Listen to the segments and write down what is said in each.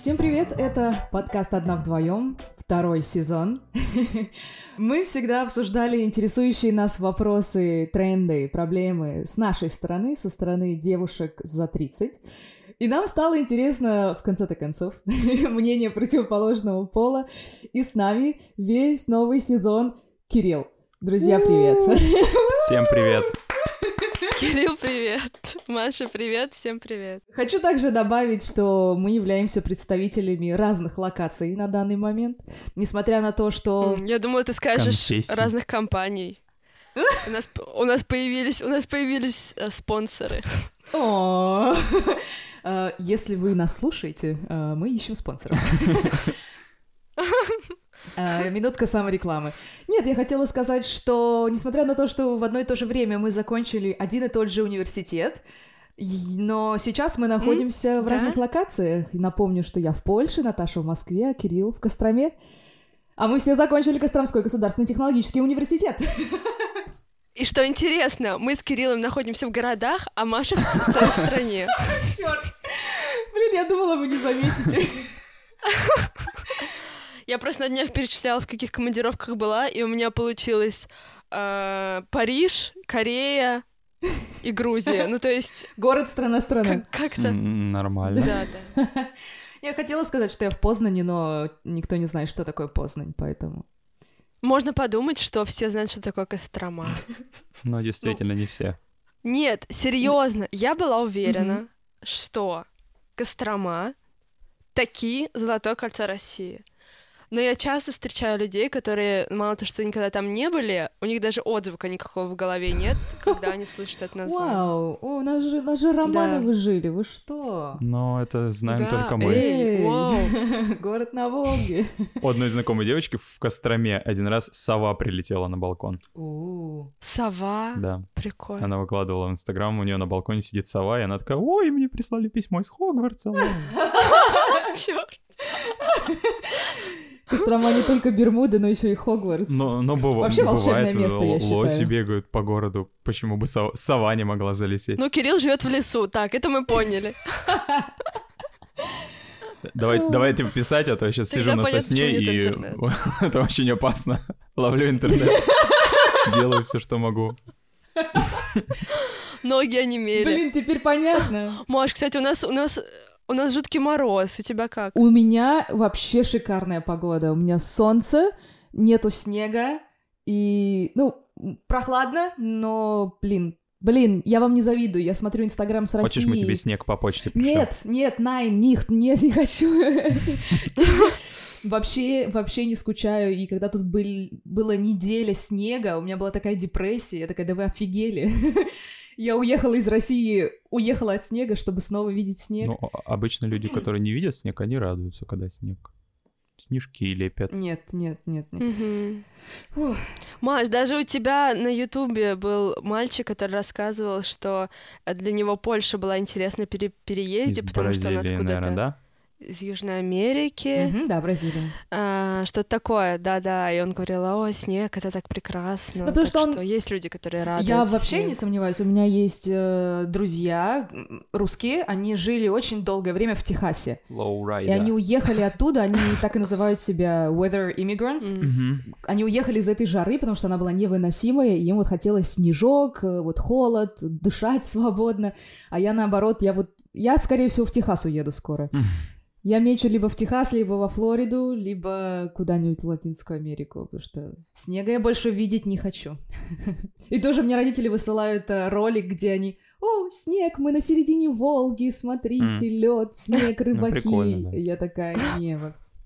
Всем привет, это подкаст «Одна вдвоем», второй сезон. Мы всегда обсуждали интересующие нас вопросы, тренды, проблемы с нашей стороны, со стороны девушек за 30. И нам стало интересно, в конце-то концов, мнение противоположного пола. И с нами весь новый сезон Кирилл. Друзья, привет! Всем привет! Кирилл, привет! Маша, привет! Всем привет! Хочу также добавить, что мы являемся представителями разных локаций на данный момент, несмотря на то, что... Я думала, ты скажешь Конфессий. разных компаний. У нас появились спонсоры. Если вы нас слушаете, мы ищем спонсоров. Минутка саморекламы. Нет, я хотела сказать, что, несмотря на то, что в одно и то же время мы закончили один и тот же университет, но сейчас мы находимся в разных локациях. И напомню, что я в Польше, Наташа в Москве, а Кирилл в Костроме. А мы все закончили Костромской государственный технологический университет. И что интересно, мы с Кириллом находимся в городах, а Маша в целой стране. Чёрт. Блин, я думала, вы не заметите. Я просто на днях перечисляла, в каких командировках была, и у меня получилось Париж, Корея и Грузия. Ну, то есть... Город, страна, страна. Как-то... Нормально. Да. Я хотела сказать, что я в Познане, но никто не знает, что такое Познань, поэтому... Можно подумать, что все знают, что такое Кострома. Но действительно не все. Нет, серьезно, я была уверена, что Кострома таки Золотое кольцо России. Но я часто встречаю людей, которые, мало того, что никогда там не были, у них даже отзвука никакого в голове нет, когда они слышат это название. Вау, у нас же Романовы жили, вы что? Но это знаем Да, только мы. Эй, Город на Волге. У одной знакомой девочки в Костроме один раз сова прилетела на балкон. Сова? Да. Прикольно. Она выкладывала в Инстаграм, у нее на балконе сидит сова, и она такая: ой, мне прислали письмо из Хогвартса. Чёрт. Кострома не только Бермуды, но еще и Хогвартс. Но Вообще волшебное бывает, место, я считаю. лоси бегают по городу, почему бы сова не могла залететь? Ну, Кирилл живет в лесу, так, это мы поняли. Давайте писать, а то я сейчас Тогда сижу на понятно, сосне, почему нет и интернета. это очень опасно. Ловлю интернет, делаю все, что могу. Ноги онемели. Блин, теперь понятно. Маш, кстати, у нас жуткий мороз, у тебя как? У меня вообще шикарная погода. У меня солнце, нету снега, и, прохладно, но, блин, я вам не завидую. Я смотрю Инстаграм с России. Хочешь, мы тебе снег по почте пришлем? Нет, нет, не хочу. Вообще не скучаю, и когда тут была неделя снега, у меня была такая депрессия, я такая: да вы офигели. Я уехала из России, уехала от снега, чтобы снова видеть снег. Ну, обычно люди, которые не видят снег, они радуются, когда снег. Снежки лепят. Нет. Угу. Маш, даже у тебя на Ютубе был мальчик, который рассказывал, что для него Польша была интересна при переезде, Из потому что он Бразилии, откуда-то... наверное, да? Из Южной Америки. Да, Бразилия. Что-то такое, да. И он говорил: о, снег, это так прекрасно. Потому так что есть люди, которые радуются. Я вообще снегу. не сомневаюсь. У меня есть друзья русские, они жили очень долгое время в Техасе. Флоурайда. И они уехали оттуда, они так и называют себя weather immigrants. Они уехали из этой жары, потому что она была невыносимая, и им вот хотелось снежок, вот холод, дышать свободно. А я наоборот, я скорее всего в Техас уеду скоро. Я мечу либо в Техас, либо во Флориду, либо куда-нибудь в Латинскую Америку, потому что снега я больше видеть не хочу. И тоже мне родители высылают ролик, где они: о, снег, мы на середине Волги, смотрите, лед, снег, рыбаки. прикольно, да. И я такая: не,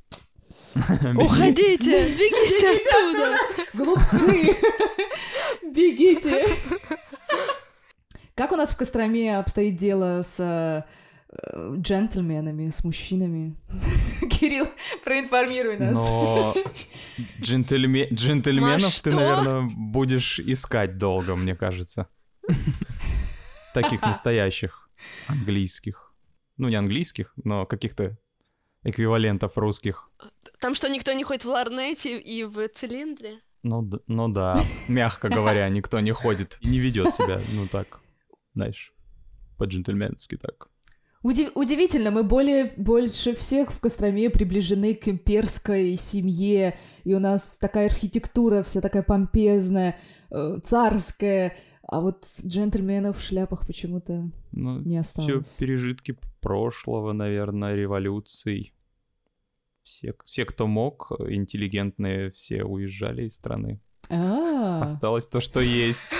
Уходите, бегите оттуда. глупцы, бегите. Как у нас в Костроме обстоит дело с джентльменами, с мужчинами? Кирилл, проинформируй нас. Но джентльменов Маш, ты, что? наверное, будешь искать долго, мне кажется. Таких настоящих английских. Ну, не английских, но каких-то эквивалентов русских. Там что, никто не ходит в ларнете и в цилиндре? Ну да, мягко говоря, никто не ходит и не ведет себя, так, знаешь, по-джентльменски так. Удивительно, мы больше всех в Костроме приближены к имперской семье, и у нас такая архитектура вся такая помпезная, царская, а вот джентльменов в шляпах почему-то не осталось. Все пережитки прошлого, наверное, революций. Все, кто мог, интеллигентные, все уезжали из страны. Осталось то, что есть.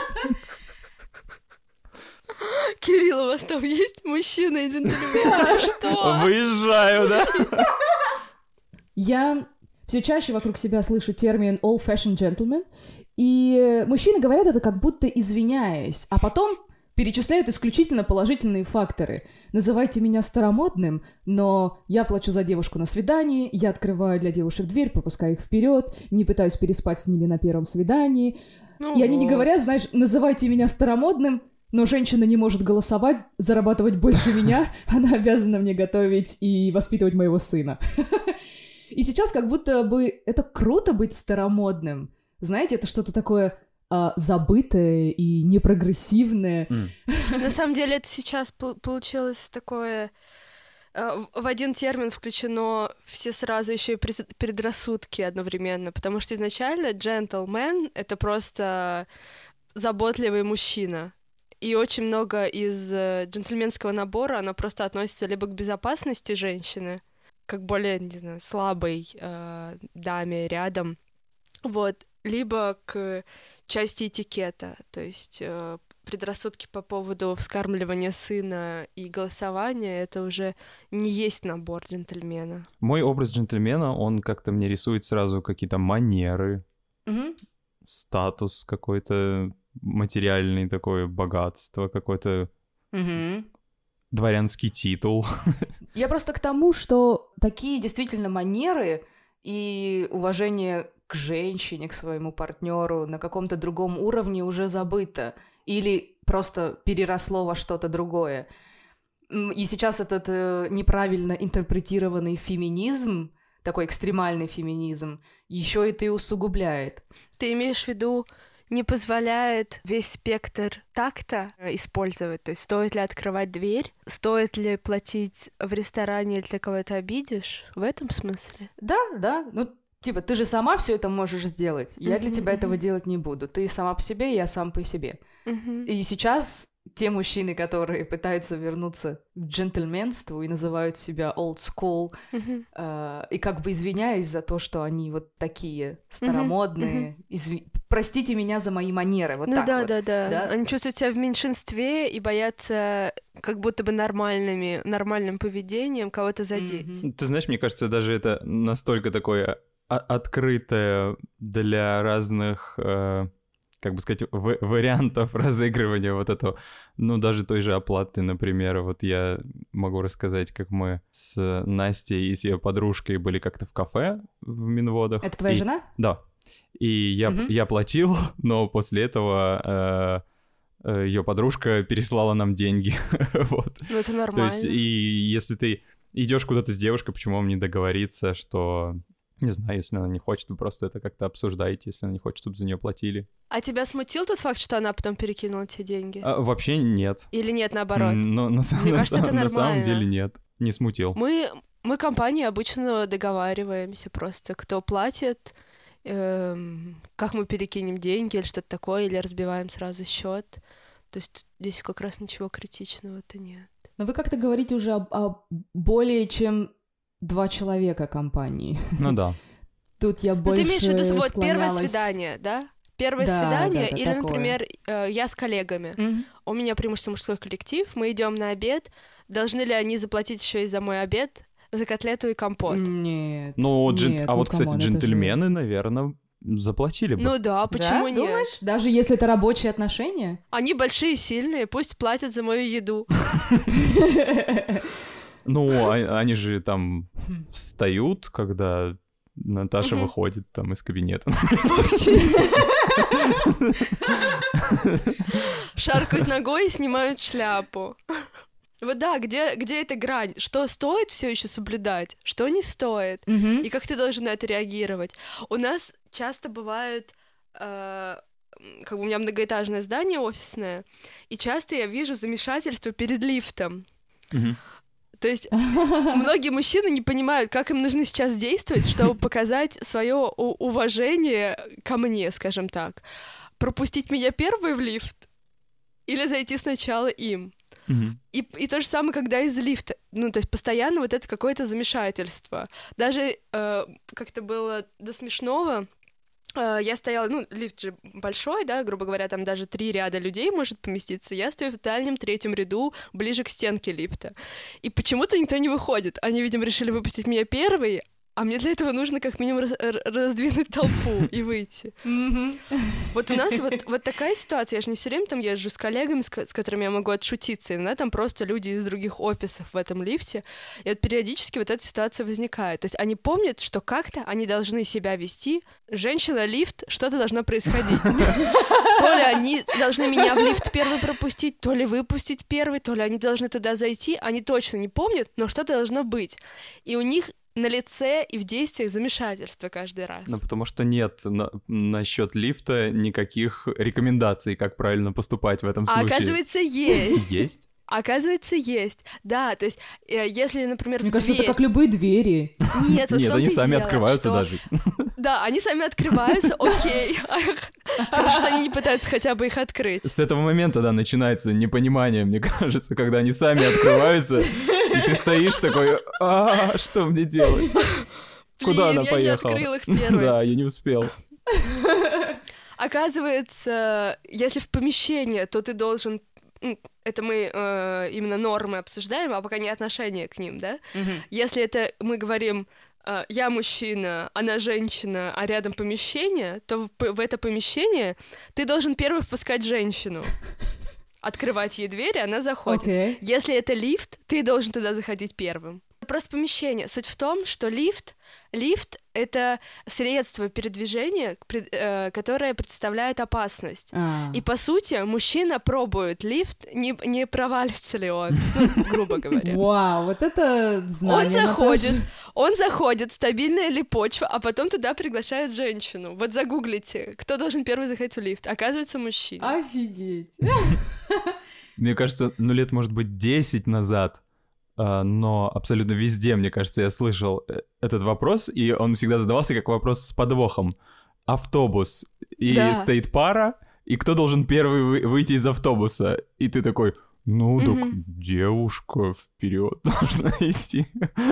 Кирилл, у вас там есть мужчина и джентльмен? Что? Выезжаю, да? Я все чаще вокруг себя слышу термин old-fashioned gentleman, и мужчины говорят это как будто извиняясь, а потом перечисляют исключительно положительные факторы. Называйте меня старомодным, но я плачу за девушку на свидании, я открываю для девушек дверь, пропускаю их вперед, не пытаюсь переспать с ними на первом свидании. И они не говорят, знаешь, называйте меня старомодным, но женщина не может голосовать, зарабатывать больше меня, она обязана мне готовить и воспитывать моего сына. И сейчас как будто бы это круто быть старомодным. Знаете, это что-то такое забытое и непрогрессивное. На самом деле это сейчас получилось такое... В один термин включено все сразу еще и предрассудки одновременно, потому что изначально джентльмен — это просто заботливый мужчина. И очень много из джентльменского набора, оно просто относится либо к безопасности женщины, как более, не знаю, слабой даме рядом, вот, либо к части этикета, то есть предрассудки по поводу вскармливания сына и голосования — это уже не есть набор джентльмена. Мой образ джентльмена, он как-то мне рисует сразу какие-то манеры, статус какой-то, материальный такое богатство, какой-то дворянский титул. Я просто к тому, что такие действительно манеры и уважение к женщине, к своему партнеру на каком-то другом уровне уже забыто или просто переросло во что-то другое. И сейчас этот неправильно интерпретированный феминизм, такой экстремальный феминизм, еще и ты усугубляет. Ты имеешь в виду, не позволяет весь спектр такта использовать? То есть стоит ли открывать дверь? Стоит ли платить в ресторане, или ты кого-то обидишь? В этом смысле? Да. Ну, типа, ты же сама все это можешь сделать. Я для тебя этого делать не буду. Ты сама по себе, я сам по себе. И сейчас те мужчины, которые пытаются вернуться к джентльменству и называют себя old school, и как бы извиняясь за то, что они вот такие старомодные, простите меня за мои манеры, вот так вот. Да. Они чувствуют себя в меньшинстве и боятся как будто бы нормальным поведением кого-то задеть. Ты знаешь, мне кажется, даже это настолько такое открытое для разных... как бы сказать, вариантов разыгрывания вот этого, ну, даже той же оплаты, например. Вот я могу рассказать, как мы с Настей и с ее подружкой были как-то в кафе в Минводах. Это твоя жена? Да. И я платил, но после этого ее подружка переслала нам деньги. Вот. Ну, это нормально. То есть, и если ты идешь куда-то с девушкой, почему вам не договориться, что... Не знаю, если она не хочет, вы просто это как-то обсуждаете, если она не хочет, чтобы за нее платили. А тебя смутил тот факт, что она потом перекинула тебе деньги? Вообще нет. Или нет, наоборот? Но на самом деле нет, не смутил. Мы компанией обычно договариваемся просто, кто платит, как мы перекинем деньги или что-то такое, или разбиваем сразу счет. То есть здесь как раз ничего критичного-то нет. Но вы как-то говорите уже о более чем 2 человека компании. Ну да. Тут я больше ты имеешь в виду вот первое склонялась... свидание, да? Первое свидание, или, такое. Например, я с коллегами. У меня преимущественно мужской коллектив, мы идем на обед. Должны ли они заплатить еще и за мой обед, за котлету и компот? Нет. Кстати, джентльмены, наверное, заплатили бы. Ну да, почему нет? Думаешь? Даже если это рабочие отношения? Они большие и сильные, пусть платят за мою еду. Ну, они же там встают, когда Наташа выходит там из кабинета. Шаркают ногой и снимают шляпу. Вот да, где эта грань? Что стоит все еще соблюдать, что не стоит? И как ты должен на это реагировать? У нас часто бывают... как бы у меня многоэтажное здание офисное, и часто я вижу замешательство перед лифтом. То есть многие мужчины не понимают, как им нужно сейчас действовать, чтобы показать свое уважение ко мне, скажем так. Пропустить меня первой в лифт или зайти сначала им. И то же самое, когда из лифта. Ну, то есть постоянно вот это какое-то замешательство. Даже как-то было до смешного. Я стояла, ну, лифт же большой, да, грубо говоря, там даже 3 ряда людей может поместиться. Я стою в дальнем 3-м ряду, ближе к стенке лифта. И почему-то никто не выходит. Они, видимо, решили выпустить меня первой, а мне для этого нужно как минимум раздвинуть толпу и выйти. Вот у нас вот такая ситуация. Я же не все время там езжу с коллегами, с которыми я могу отшутиться. Иногда там просто люди из других офисов в этом лифте. И вот периодически вот эта ситуация возникает. То есть они помнят, что как-то они должны себя вести. Женщина-лифт, что-то должно происходить. То ли они должны меня в лифт первый пропустить, то ли выпустить первый, то ли они должны туда зайти. Они точно не помнят, но что-то должно быть. И у них на лице и в действиях замешательство каждый раз. Ну, потому что нет насчет лифта никаких рекомендаций, как правильно поступать в этом случае. А оказывается, есть. Есть? Оказывается, есть. Да, то есть, если, например, Мне в кажется, дверь... это как любые двери. Нет, вот Нет, они сами открываются что... даже. Да, они сами открываются, окей. Хорошо, что они не пытаются хотя бы их открыть. С этого момента, да, начинается непонимание, мне кажется, когда они сами открываются, и ты стоишь такой, что мне делать? Куда она поехала? Я не открыл их первой. Да, я не успел. Оказывается, если в помещение, то ты должен... Это мы именно нормы обсуждаем, а пока не отношение к ним, да? Если это мы говорим... я мужчина, она женщина, а рядом помещение, то в это помещение ты должен первый впускать женщину. Открывать ей дверь, она заходит. Okay. Если это лифт, ты должен туда заходить первым. Просто помещение. Суть в том, что лифт — это средство передвижения, которое представляет опасность. И, по сути, мужчина пробует лифт, не провалится ли он, грубо говоря. Вау, вот это знание. Он заходит, стабильная ли почва, а потом туда приглашают женщину. Вот загуглите, кто должен первый заходить в лифт. Оказывается, мужчина. Офигеть. Мне кажется, лет, может быть, 10 назад, но абсолютно везде, мне кажется, я слышал этот вопрос, и он всегда задавался как вопрос с подвохом. Автобус, и стоит пара, и кто должен первый выйти из автобуса? И ты такой, так девушка вперед должна идти.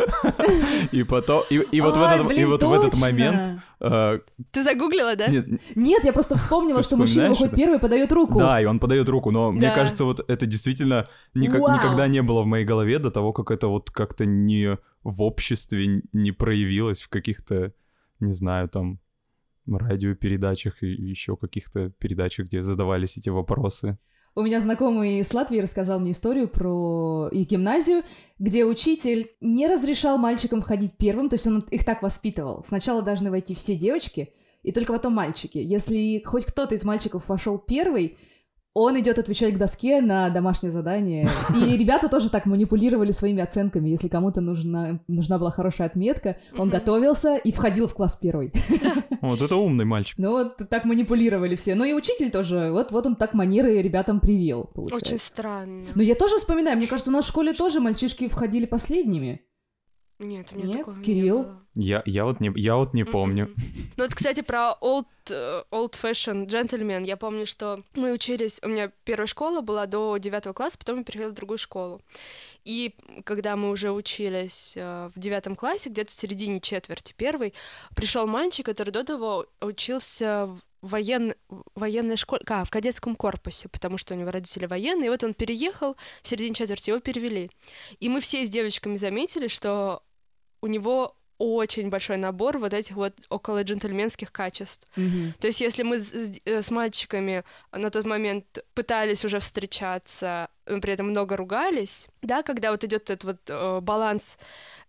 И потом, и вот в этот момент... Ты загуглила, да? Нет, я просто вспомнила, что мужчина выходит первый, подает руку. Да, и он подает руку, но мне кажется, вот это действительно никогда не было в моей голове до того, как это вот как-то не в обществе не проявилось в каких-то, не знаю, там, радиопередачах и еще каких-то передачах, где задавались эти вопросы. У меня знакомый из Латвии рассказал мне историю про их гимназию, где учитель не разрешал мальчикам входить первым, то есть он их так воспитывал. Сначала должны войти все девочки, и только потом мальчики. Если хоть кто-то из мальчиков вошел первый, он идет отвечать к доске на домашнее задание. И ребята тоже так манипулировали своими оценками. Если кому-то нужна была хорошая отметка, он готовился и входил в класс первый. Вот это умный мальчик. Ну вот так манипулировали все. Ну и учитель тоже. Вот он так манеры ребятам привил, получается. Очень странно. Но я тоже вспоминаю, мне кажется, у нас в школе тоже мальчишки входили последними. Нет, у меня такого Кирилл? не было. Я вот не помню. Ну вот, кстати, про old-fashioned gentleman. Я помню, что мы учились... У меня первая школа была до 9 класса, потом я переехала в другую школу. И когда мы уже учились в 9 классе, где-то в середине четверти первой, пришел мальчик, который до того учился в военной школе, в кадетском корпусе, потому что у него родители военные, и вот он переехал, в середине четверти его перевели. И мы все с девочками заметили, что у него очень большой набор вот этих вот около джентльменских качеств. То есть если мы с мальчиками на тот момент пытались уже встречаться, но при этом много ругались, да, когда вот идет этот вот баланс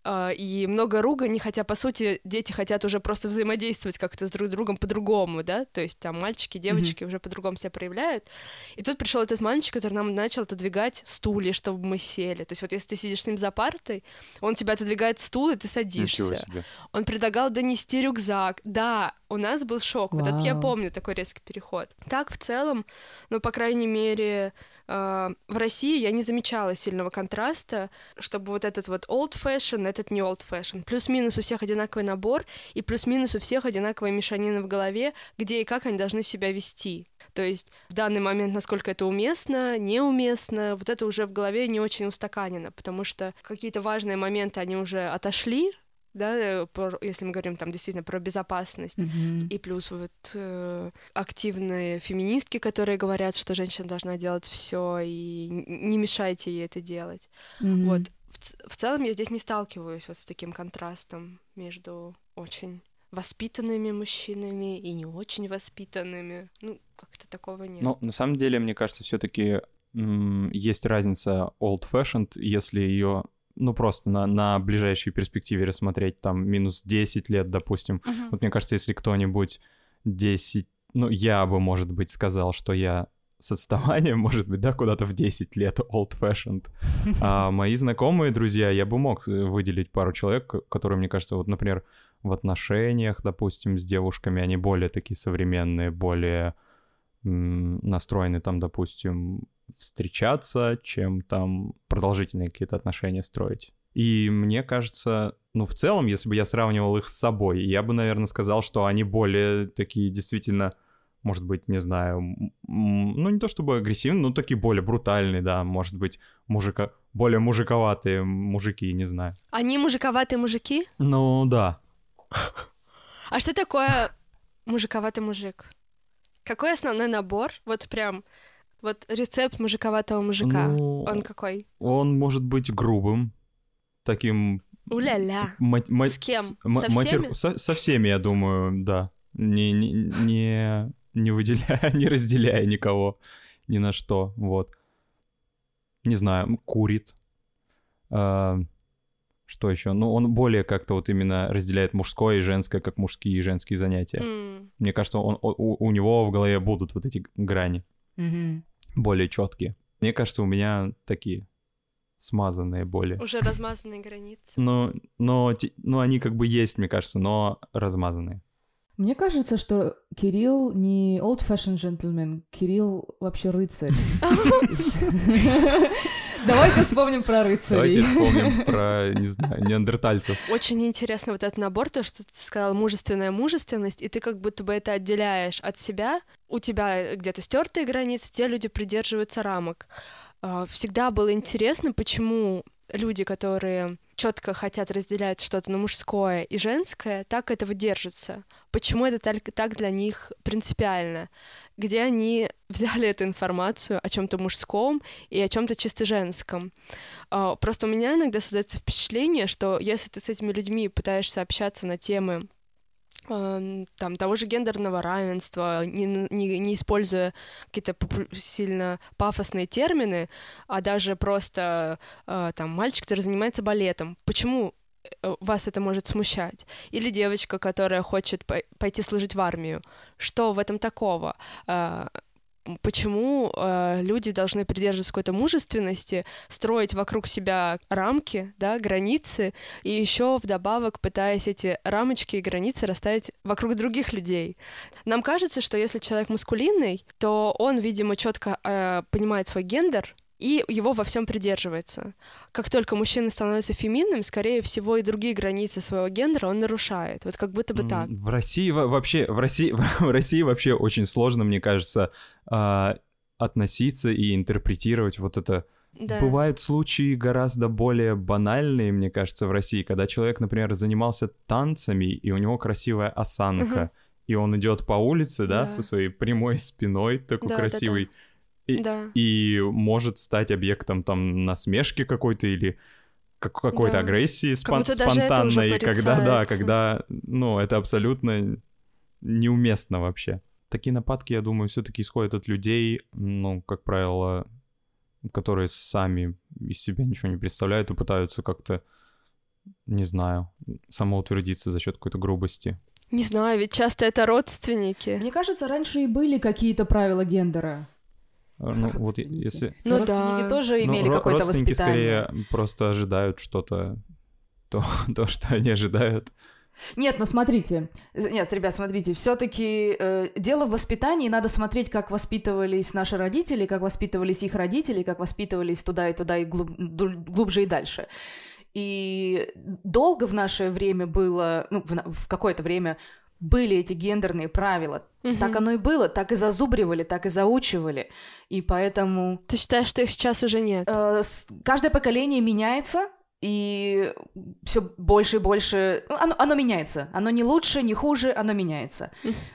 и много руганий, хотя, по сути, дети хотят уже просто взаимодействовать как-то с друг другом по-другому, да, то есть там мальчики, девочки уже по-другому себя проявляют. И тут пришел этот мальчик, который нам начал отодвигать стулья, чтобы мы сели. То есть вот если ты сидишь с ним за партой, он тебя отодвигает стул, и ты садишься. Он предлагал донести рюкзак. Да, у нас был шок. Вот это я помню, такой резкий переход. Так, в целом, ну, по крайней мере, в России я не замечала сильного контраста, чтобы вот этот вот old fashion, этот не old fashion. Плюс-минус у всех одинаковый набор, и плюс-минус у всех одинаковая мешанина в голове, где и как они должны себя вести. То есть в данный момент, насколько это уместно, неуместно, вот это уже в голове не очень устаканено, потому что какие-то важные моменты, они уже отошли, да, если мы говорим там действительно про безопасность, и плюс вот активные феминистки, которые говорят, что женщина должна делать все и не мешайте ей это делать. Вот. В целом я здесь не сталкиваюсь вот с таким контрастом между очень воспитанными мужчинами и не очень воспитанными. Ну, как-то такого нет. Но на самом деле, мне кажется, все-таки есть разница old-fashioned, если ее просто на ближайшей перспективе рассмотреть, там, минус 10 лет, допустим. Вот мне кажется, если кто-нибудь 10... я бы, может быть, сказал, что я с отставанием, может быть, да, куда-то в 10 лет old-fashioned. А мои знакомые, друзья, я бы мог выделить пару человек, которые, мне кажется, вот, например, в отношениях, допустим, с девушками, они более такие современные, более настроены, там, допустим, встречаться, чем там продолжительные какие-то отношения строить. И мне кажется, в целом, если бы я сравнивал их с собой, я бы, наверное, сказал, что они более такие действительно, может быть, не знаю, не то чтобы агрессивные, но такие более брутальные, да, может быть, более мужиковатые мужики, не знаю. Они мужиковатые мужики? Ну, да. А что такое мужиковатый мужик? Какой основной набор? Вот прям... Вот рецепт мужиковатого мужика, он какой? Он может быть грубым, таким... У-ля-ля. С кем? Со всеми? Со всеми, я думаю, да. Не выделяя, не разделяя никого ни на что, вот. Не знаю, курит. Что еще? Он более как-то вот именно разделяет мужское и женское, как мужские и женские занятия. Мне кажется, у него в голове будут вот эти грани. Более четкие. Мне кажется, у меня такие смазанные более. Уже размазанные границы. Но они как бы есть, мне кажется, но размазанные. Мне кажется, что Кирилл не old-fashioned gentleman, Кирилл вообще рыцарь. Давайте вспомним про рыцарей. Давайте вспомним про, не знаю, неандертальцев. Очень интересно вот этот набор, то, что ты сказал, мужественная мужественность, и ты как будто бы это отделяешь от себя. У тебя где-то стертые границы, те люди придерживаются рамок. Всегда было интересно, почему люди, которые четко хотят разделять что-то на мужское и женское, так этого держатся. Почему это так для них принципиально? Где они взяли эту информацию о чем-то мужском и о чем-то чисто женском? Просто у меня иногда создается впечатление, что если ты с этими людьми пытаешься общаться на темы там, того же гендерного равенства, не используя какие-то сильно пафосные термины, а даже просто там мальчик, который занимается балетом. Почему вас это может смущать? Или девочка, которая хочет пойти служить в армию. Что в этом такого? Почему люди должны придерживаться какой-то мужественности, строить вокруг себя рамки, да, границы, и еще вдобавок пытаясь эти рамочки и границы расставить вокруг других людей? Нам кажется, что если человек маскулинный, то он, видимо, четко понимает свой гендер и его во всем придерживается. Как только мужчина становится феминным, скорее всего, и другие границы своего гендера он нарушает. Вот как будто бы так. В России вообще очень сложно, мне кажется, относиться и интерпретировать вот это. Да. Бывают случаи гораздо более банальные, мне кажется, в России, когда человек, например, занимался танцами, и у него красивая осанка, и он идет по улице, да, со своей прямой спиной, такой красивой. Да. И может стать объектом там насмешки какой-то или какой-то агрессии спонтанной, когда это абсолютно неуместно вообще. Такие нападки, я думаю, все-таки исходят от людей, как правило, которые сами из себя ничего не представляют и пытаются как-то, не знаю, самоутвердиться за счет какой-то грубости. Не знаю, ведь часто это родственники. Мне кажется, раньше и были какие-то правила гендера. Вот если... родственники тоже имели какое-то родственники воспитание. Скорее просто ожидают что-то, то, что они ожидают. Нет, ну смотрите. Нет, ребят, смотрите. Все-таки дело в воспитании. Надо смотреть, как воспитывались наши родители, как воспитывались их родители, как воспитывались туда, и глубже и дальше. И долго в наше время было, ну, в какое-то время были эти гендерные правила. Так оно и было, так и зазубривали, так и заучивали. И поэтому... Ты считаешь, что их сейчас уже нет? Каждое поколение меняется, и все больше и больше... Оно меняется. Оно не лучше, не хуже, оно меняется.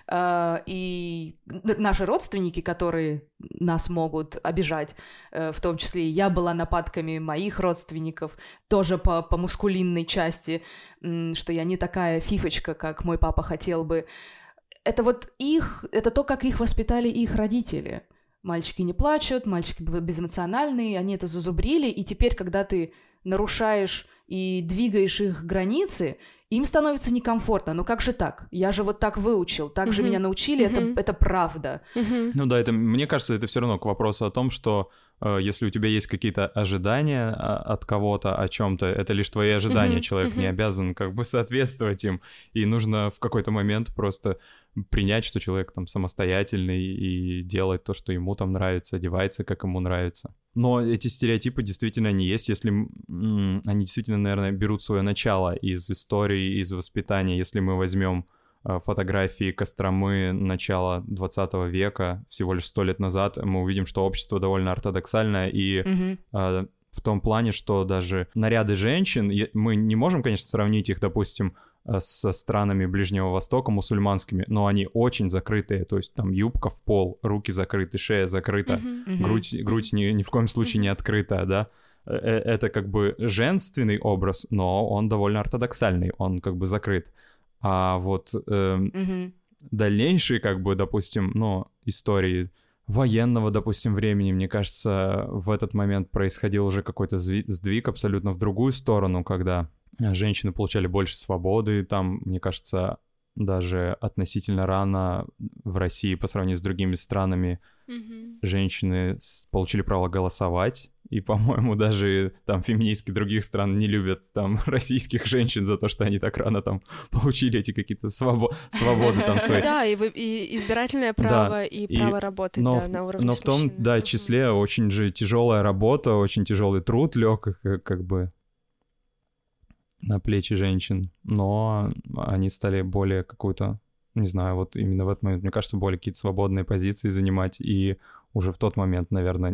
И наши родственники, которые нас могут обижать, в том числе я была нападками моих родственников, тоже по мускулинной части, что я не такая фифочка, как мой папа хотел бы. Это вот это то, как их воспитали их родители. Мальчики не плачут, мальчики безэмоциональные, они это зазубрили, и теперь, когда ты нарушаешь и двигаешь их границы, им становится некомфортно. Ну как же так? Я же вот так выучил, так же меня научили, это правда. Ну да, мне кажется, это все равно к вопросу о том, что если у тебя есть какие-то ожидания от кого-то о чем-то, это лишь твои ожидания, человек не обязан как бы соответствовать им, и нужно в какой-то момент просто принять, что человек там самостоятельный и делает то, что ему там нравится, одевается, как ему нравится. Но эти стереотипы действительно не есть, если они действительно, наверное, берут свое начало из истории, из воспитания. Если мы возьмем фотографии Костромы начала 20 века, всего лишь 100 лет назад, мы увидим, что общество довольно ортодоксальное, и в том плане, что даже наряды женщин, мы не можем, конечно, сравнить их, допустим, со странами Ближнего Востока, мусульманскими, но они очень закрытые, то есть там юбка в пол, руки закрыты, шея закрыта, грудь ни в коем случае не открыта, да. Это как бы женственный образ, но он довольно ортодоксальный, он как бы закрыт. А вот дальнейшие, как бы, допустим, истории военного, допустим, времени, мне кажется, в этот момент происходил уже какой-то сдвиг абсолютно в другую сторону, когда женщины получали больше свободы, там, мне кажется, даже относительно рано в России по сравнению с другими странами женщины получили право голосовать, и, по-моему, даже там феминистки других стран не любят там российских женщин за то, что они так рано там получили эти какие-то свободы там свои. Да, и избирательное право, и право работать на уровне но в том, числе очень же тяжелая работа, очень тяжелый труд лег, как бы на плечи женщин, но они стали более какую-то, не знаю, вот именно в этот момент, мне кажется, более какие-то свободные позиции занимать, и уже в тот момент, наверное,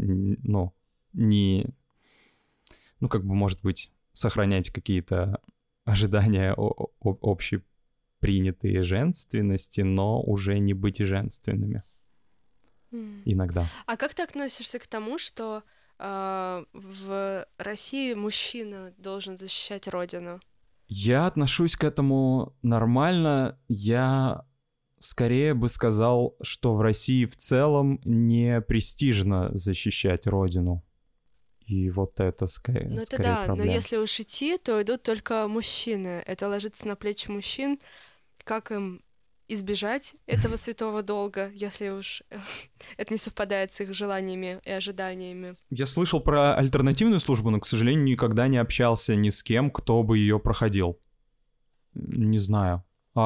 как бы, может быть, сохранять какие-то ожидания общепринятые женственности, но уже не быть женственными иногда. А как ты относишься к тому, что в России мужчина должен защищать родину? Я отношусь к этому нормально. Я скорее бы сказал, что в России в целом не престижно защищать родину. И вот это скорее проблема. Но если уж идти, то идут только мужчины. Это ложится на плечи мужчин. Как им избежать этого святого долга, если уж это не совпадает с их желаниями и ожиданиями? Я слышал про альтернативную службу, но, к сожалению, никогда не общался ни с кем, кто бы ее проходил. Не знаю.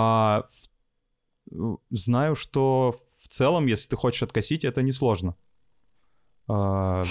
Знаю, что в целом, если ты хочешь откосить, это несложно. Даже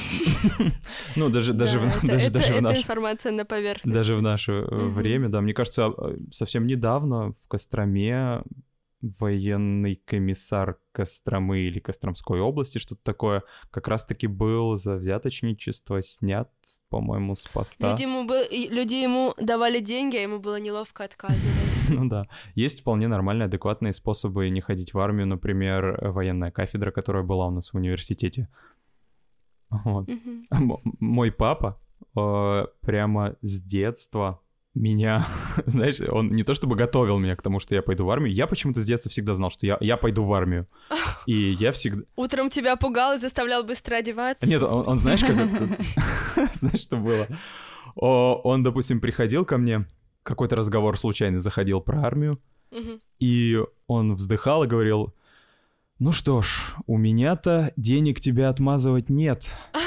информация на поверхности. Даже в наше время, да. Мне кажется, совсем недавно в Костроме военный комиссар Костромы или Костромской области, что-то такое, как раз-таки был за взяточничество снят, по-моему, с поста. Люди ему давали деньги, а ему было неловко отказывать. Ну да. Есть вполне нормальные, адекватные способы не ходить в армию, например, военная кафедра, которая была у нас в университете. Вот. Мой папа прямо с детства меня, знаешь, он не то чтобы готовил меня к тому, что я пойду в армию, я почему-то с детства всегда знал, что я пойду в армию. И я всегда... Утром тебя пугал и заставлял быстро одеваться? Нет, он знаешь, как... Знаешь, что было? Он, допустим, приходил ко мне, какой-то разговор случайно заходил про армию, и он вздыхал и говорил: ну что ж, у меня-то денег тебя отмазывать нет.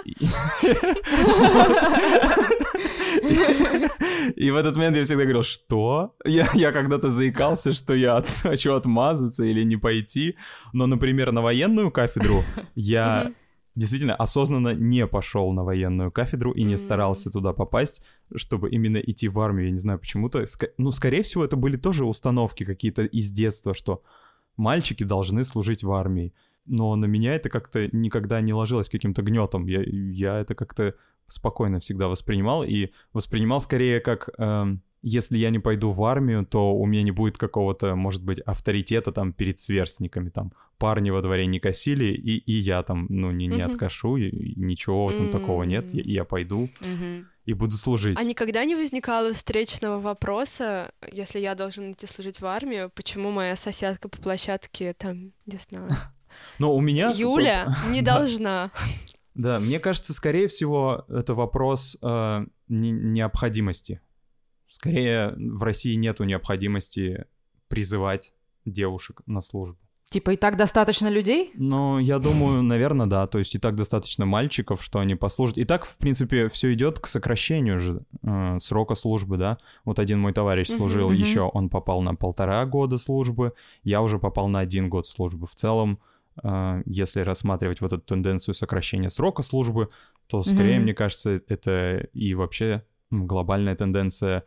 И в этот момент я всегда говорил, что? Я когда-то заикался, что я хочу отмазаться или не пойти. Но, например, на военную кафедру я действительно осознанно не пошел на военную кафедру и не старался туда попасть, чтобы именно идти в армию. Я не знаю, почему-то. Ну, скорее всего, это были тоже установки какие-то из детства, что мальчики должны служить в армии. Но на меня это как-то никогда не ложилось каким-то гнетом. Я это как-то спокойно всегда воспринимал. И воспринимал скорее как... если я не пойду в армию, то у меня не будет какого-то, может быть, авторитета там перед сверстниками. Там парни во дворе не косили, и я там, ну, не откошу, и ничего там такого нет. Я пойду и буду служить. А никогда не возникало встречного вопроса, если я должен идти служить в армию, почему моя соседка по площадке там, не знаю... Но у меня... Юля не должна. Да, мне кажется, скорее всего, это вопрос необходимости. Скорее, в России нету необходимости призывать девушек на службу. Типа и так достаточно людей? Ну, я думаю, наверное, да. То есть и так достаточно мальчиков, что они послужат. И так, в принципе, все идет к сокращению же срока службы, да. Вот один мой товарищ служил еще, он попал на 1,5 года службы, я уже попал на 1 год службы. В целом, если рассматривать вот эту тенденцию сокращения срока службы, то скорее, мне кажется, это и вообще глобальная тенденция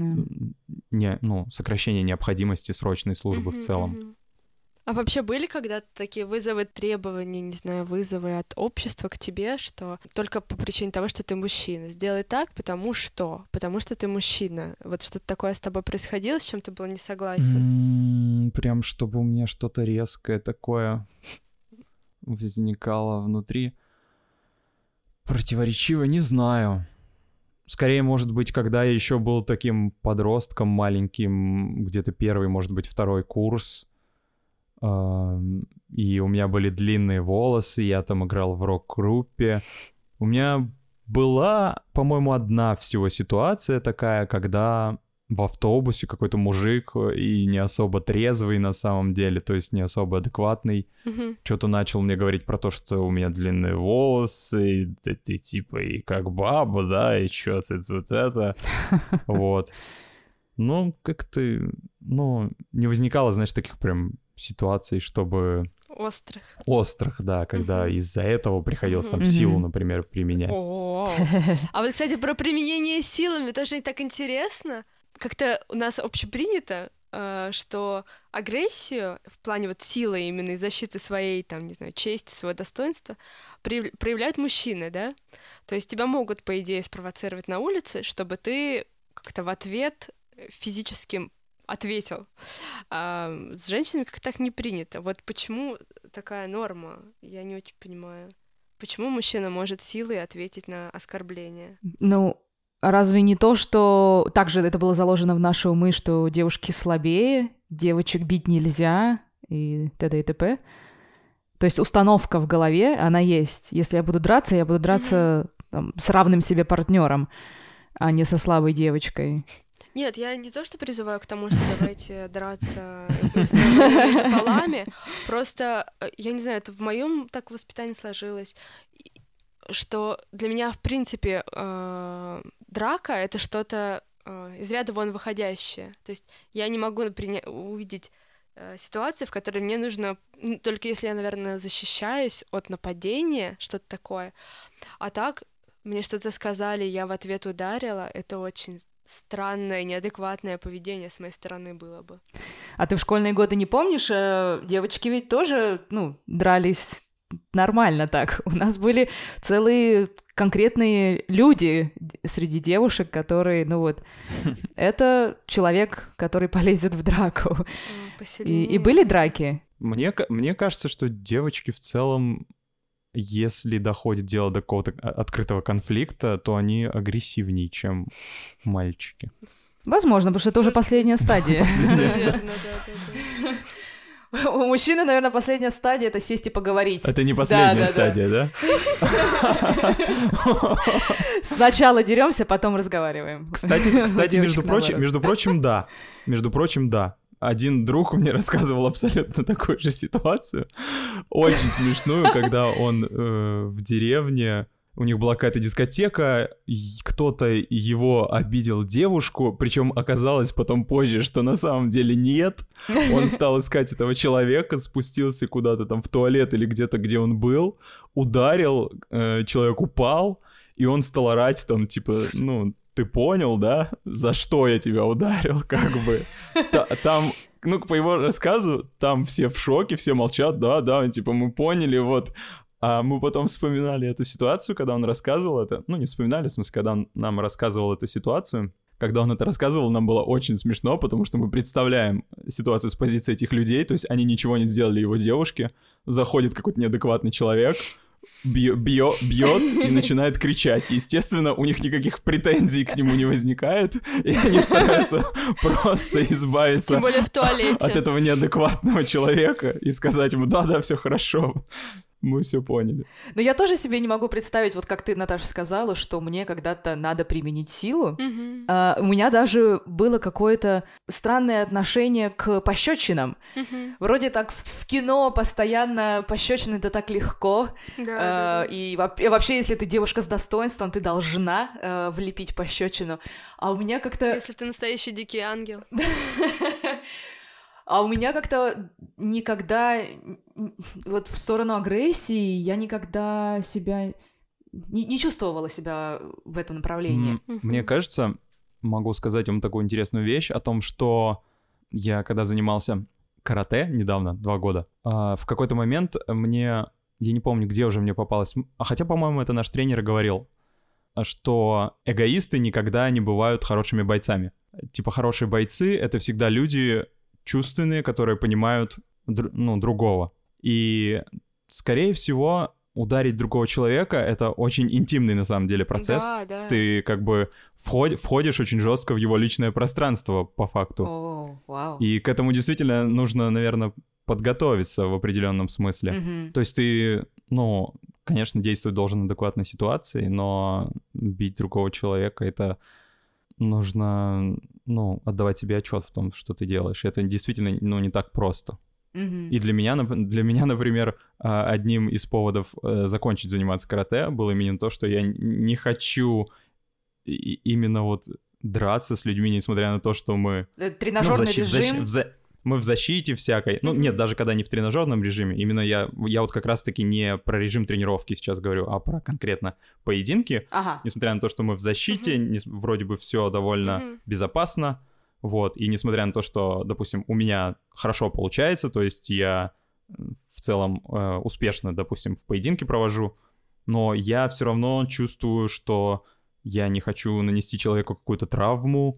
сокращения необходимости срочной службы в целом. А вообще были когда-то такие вызовы, требования, не знаю, вызовы от общества к тебе, что только по причине того, что ты мужчина, сделай так, потому что ты мужчина. Вот что-то такое с тобой происходило, с чем ты был не согласен? Прям чтобы у меня что-то резкое такое возникало внутри. Противоречиво, не знаю. Скорее, может быть, когда я еще был таким подростком маленьким, где-то 1, может быть, 2 курс, и у меня были длинные волосы, я там играл в рок-группе. У меня была, по-моему, одна всего ситуация такая, когда в автобусе какой-то мужик и не особо трезвый на самом деле, то есть не особо адекватный, что-то начал мне говорить про то, что у меня длинные волосы, и ты типа и как баба, да, и что ты тут это, вот. Ну, как-то, не возникало, знаешь, таких прям ситуаций, чтобы... Острых, да, когда из-за этого приходилось там силу, например, применять. А вот, кстати, про применение силы, мне тоже так интересно. Как-то у нас общепринято, что агрессию в плане вот силы именно и защиты своей, там, не знаю, чести, своего достоинства проявляют мужчины, да? То есть тебя могут, по идее, спровоцировать на улице, чтобы ты как-то в ответ физическим ответил. С женщинами как-то так не принято. Вот почему такая норма? Я не очень понимаю. Почему мужчина может силой ответить на оскорбление? Ну, разве не то, что также это было заложено в наши умы, что девушки слабее, девочек бить нельзя и т.д. и т.п.? То есть установка в голове, она есть. Если я буду драться там, с равным себе партнером, а не со слабой девочкой. Нет, я не то, что призываю к тому, что давайте драться между полами, просто, я не знаю, это в моем так воспитании сложилось, что для меня, в принципе, драка — это что-то из ряда вон выходящее. То есть я не могу увидеть ситуацию, в которой мне нужно, только если я, наверное, защищаюсь от нападения, что-то такое. А так, мне что-то сказали, я в ответ ударила, это очень странное, неадекватное поведение с моей стороны было бы. А ты в школьные годы не помнишь? Девочки ведь тоже, дрались нормально так. У нас были целые конкретные люди среди девушек, которые, это человек, который полезет в драку. И были драки? Мне кажется, что девочки в целом, если доходит дело до какого-то открытого конфликта, то они агрессивнее, чем мальчики. Возможно, потому что это уже последняя стадия. Наверное, да. У мужчины, наверное, последняя стадия — это сесть и поговорить. Это не последняя стадия, да? Сначала деремся, потом разговариваем. Кстати, между прочим, да. Один друг мне рассказывал абсолютно такую же ситуацию, очень смешную, когда он в деревне, у них была какая-то дискотека, кто-то его обидел девушку, причем оказалось потом позже, что на самом деле нет. Он стал искать этого человека, спустился куда-то там в туалет или где-то, где он был, ударил, человек упал, и он стал орать там, типа, ну, ты понял, да, за что я тебя ударил, как бы. Там, ну, по его рассказу, там все в шоке, все молчат, да, типа, мы поняли, вот. А мы потом вспоминали эту ситуацию, когда он рассказывал это. Ну, не вспоминали, в смысле, когда он нам рассказывал эту ситуацию. Когда он это рассказывал, нам было очень смешно, потому что мы представляем ситуацию с позиции этих людей, то есть они ничего не сделали его девушке, заходит какой-то неадекватный человек, бьет и начинает кричать. Естественно, у них никаких претензий к нему не возникает, и они стараются просто избавиться Тем более в туалете. от этого неадекватного человека и сказать ему: да, все хорошо. Мы все поняли. Но я тоже себе не могу представить, вот как ты, Наташа, сказала, что мне когда-то надо применить силу. У меня даже было какое-то странное отношение к пощечинам. Вроде так в кино постоянно пощечины, это так легко. Да. И вообще, если ты девушка с достоинством, ты должна влепить пощечину. А у меня как-то... Если ты настоящий дикий ангел. А у меня как-то никогда, вот в сторону агрессии, я никогда себя, не чувствовала себя в этом направлении. Мне кажется, могу сказать вам такую интересную вещь о том, что я, когда занимался карате недавно, 2 года, в какой-то момент я не помню, где уже мне попалось, хотя, по-моему, это наш тренер говорил, что эгоисты никогда не бывают хорошими бойцами. Типа, хорошие бойцы — это всегда люди чувственные, которые понимают, другого. И, скорее всего, ударить другого человека — это очень интимный, на самом деле, процесс. Да. Ты как бы входишь очень жестко в его личное пространство, по факту. О, вау. И к этому действительно нужно, наверное, подготовиться в определенном смысле. То есть ты, конечно, действовать должен в адекватной ситуации, но бить другого человека — это... нужно, отдавать себе отчет в том, что ты делаешь. Это действительно, не так просто. И для меня, например, одним из поводов закончить заниматься карате было именно то, что я не хочу именно вот драться с людьми, несмотря на то, что мы... Тренажерный режим? Мы в защите всякой. Нет, даже когда не в тренажерном режиме. Именно я вот как раз-таки не про режим тренировки сейчас говорю, а про конкретно поединки. Несмотря на то, что мы в защите, вроде бы все довольно безопасно. Вот. И несмотря на то, что, допустим, у меня хорошо получается, то есть я в целом успешно, допустим, в поединке провожу, но я все равно чувствую, что я не хочу нанести человеку какую-то травму,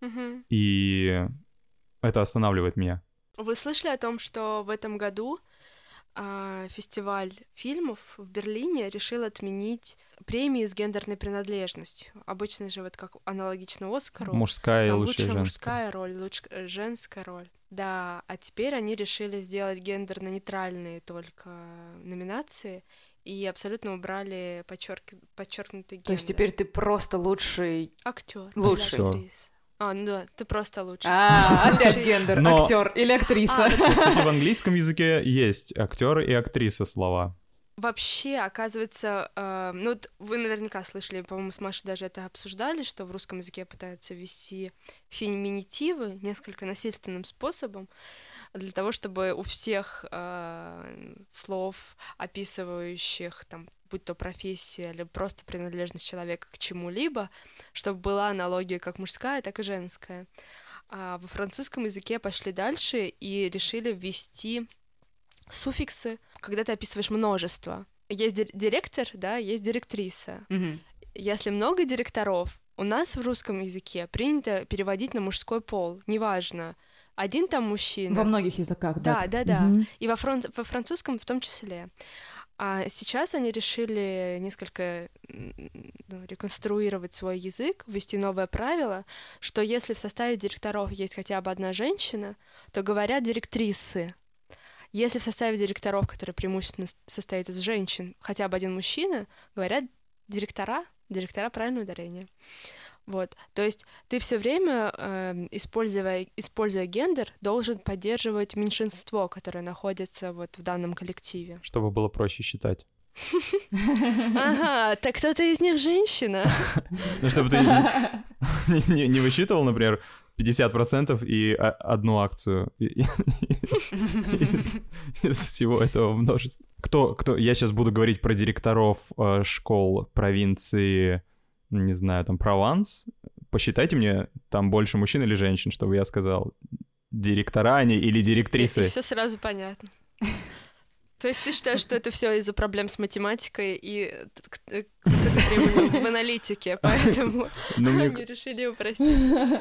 и... это останавливает меня. Вы слышали о том, что в этом году фестиваль фильмов в Берлине решил отменить премии с гендерной принадлежностью? Обычно же вот как аналогично Оскару. Мужская и лучшая женская. Мужская роль, лучшая женская роль. Да, а теперь они решили сделать гендерно-нейтральные только номинации и абсолютно убрали подчеркнутый гендер. То есть теперь ты просто лучший... актер. Лучший. Актриса. Да, ты просто лучше. Опять гендер, актер или актриса. Кстати, в английском языке есть актер и актриса слова. Вообще, оказывается, вы наверняка слышали, по-моему, с Машей даже это обсуждали, что в русском языке пытаются ввести феминитивы несколько насильственным способом, для того, чтобы у всех слов, описывающих, там, будь то профессия или просто принадлежность человека к чему-либо, чтобы была аналогия как мужская, так и женская. А во французском языке пошли дальше и решили ввести суффиксы, когда ты описываешь множество. Есть директор, да, есть директриса. Если много директоров, у нас в русском языке принято переводить на мужской пол, неважно, один там мужчина. Во многих языках, да. Да. И во французском в том числе. А сейчас они решили несколько реконструировать свой язык, ввести новое правило, что если в составе директоров есть хотя бы одна женщина, то говорят директрисы. Если в составе директоров, который преимущественно состоит из женщин, хотя бы один мужчина, говорят директора, правильное ударение. Вот, то есть ты все время, используя гендер, должен поддерживать меньшинство, которое находится вот в данном коллективе. Чтобы было проще считать. Ага, так кто-то из них женщина. Ну, чтобы ты не высчитывал, например, 50% и одну акцию из всего этого множества. Кто? Я сейчас буду говорить про директоров школ провинции, не знаю, там, Прованс. Посчитайте мне, там больше мужчин или женщин, чтобы я сказал, директора они или директрисы. И все сразу понятно. То есть ты считаешь, что это все из-за проблем с математикой и высокотребованием в аналитике, поэтому они решили упростить.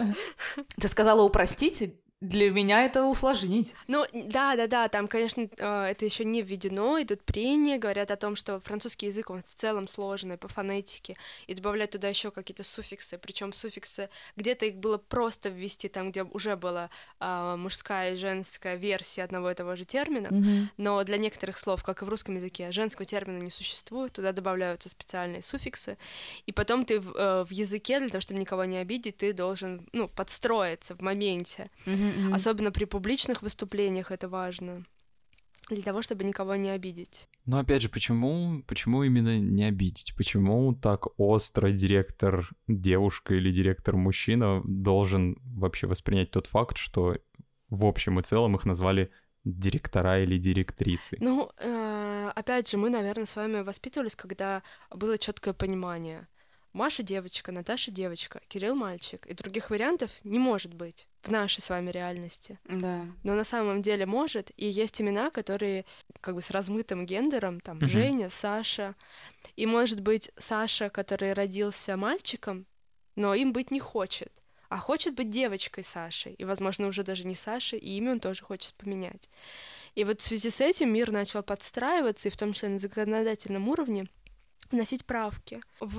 Ты сказала упростить? Для меня это усложнить. Ну, да, там, конечно, это еще не введено, идут прения, говорят о том, что французский язык, он в целом сложный по фонетике, и добавляют туда еще какие-то суффиксы, причем суффиксы, где-то их было просто ввести там, где уже была мужская и женская версия одного и того же термина, но для некоторых слов, как и в русском языке, женского термина не существует, туда добавляются специальные суффиксы, и потом ты в языке, для того, чтобы никого не обидеть, ты должен, подстроиться в моменте. Особенно при публичных выступлениях это важно, для того, чтобы никого не обидеть. Но опять же, почему именно не обидеть? Почему так остро директор девушка или директор мужчина должен вообще воспринять тот факт, что в общем и целом их назвали директора или директрисы? Ну, опять же, мы, наверное, с вами воспитывались, когда было четкое понимание. Маша девочка, Наташа девочка, Кирилл мальчик. И других вариантов не может быть в нашей с вами реальности. Да. Но на самом деле может, и есть имена, которые как бы с размытым гендером, там, Женя, Саша. И может быть Саша, который родился мальчиком, но им быть не хочет, а хочет быть девочкой Сашей. И, возможно, уже даже не Сашей, и имя он тоже хочет поменять. И вот в связи с этим мир начал подстраиваться, и в том числе на законодательном уровне, вносить правки.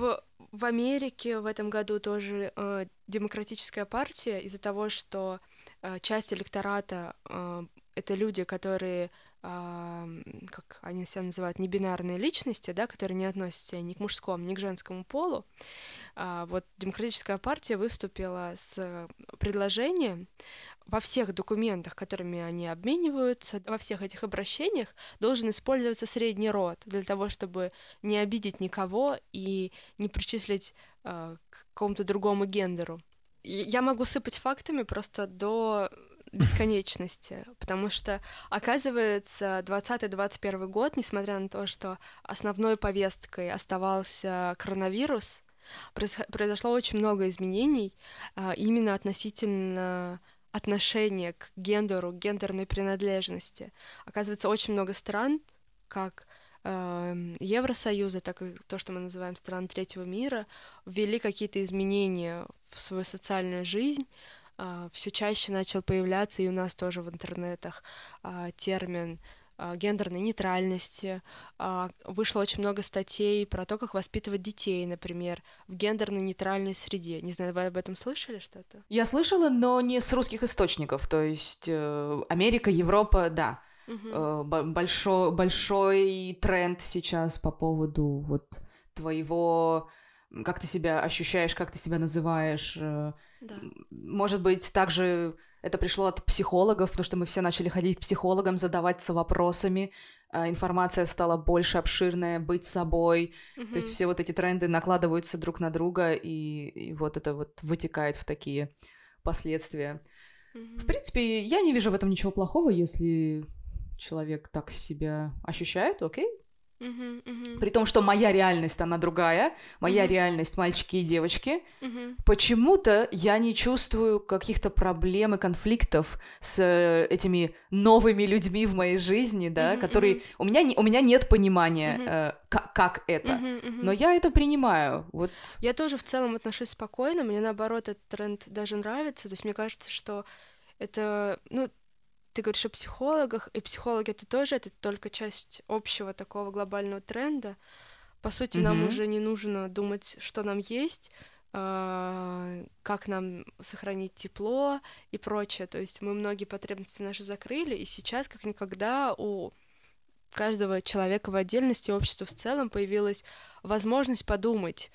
В Америке в этом году тоже демократическая партия из-за того, что часть электората это люди, которые, как они себя называют, небинарные личности, да, которые не относятся ни к мужскому, ни к женскому полу. Вот демократическая партия выступила с предложением во всех документах, которыми они обмениваются, во всех этих обращениях должен использоваться средний род для того, чтобы не обидеть никого и не причислить к какому-то другому гендеру. Я могу сыпать фактами просто до бесконечности, потому что, оказывается, 2020-2021 год, несмотря на то, что основной повесткой оставался коронавирус, произошло очень много изменений именно относительно отношения к гендеру, к гендерной принадлежности. Оказывается, очень много стран, как Евросоюза, так и то, что мы называем стран третьего мира, ввели какие-то изменения в свою социальную жизнь. Все чаще начал появляться и у нас тоже в интернетах термин гендерной нейтральности. Вышло очень много статей про то, как воспитывать детей, например, в гендерной нейтральной среде. Не знаю, вы об этом слышали что-то? Я слышала, но не с русских источников. То есть Америка, Европа, да. Большой тренд сейчас по поводу вот твоего... Как ты себя ощущаешь, как ты себя называешь. Да. Может быть, также это пришло от психологов, потому что мы все начали ходить к психологам, задаваться вопросами, информация стала больше, обширная, быть собой. То есть все вот эти тренды накладываются друг на друга, и вот это вот вытекает в такие последствия. В принципе, я не вижу в этом ничего плохого, если человек так себя ощущает, окей. При том, что моя реальность, она другая, моя реальность мальчики и девочки, почему-то я не чувствую каких-то проблем и конфликтов с этими новыми людьми в моей жизни, да, которые... У меня нет понимания, как это, но я это принимаю. Вот. Я тоже в целом отношусь спокойно, мне наоборот этот тренд даже нравится, то есть мне кажется, что это, ты говоришь о психологах, и психологи это только часть общего такого глобального тренда. По сути, нам уже не нужно думать, что нам есть, как нам сохранить тепло и прочее. То есть мы многие потребности наши закрыли, и сейчас, как никогда, у каждого человека в отдельности, общества в целом появилась возможность подумать,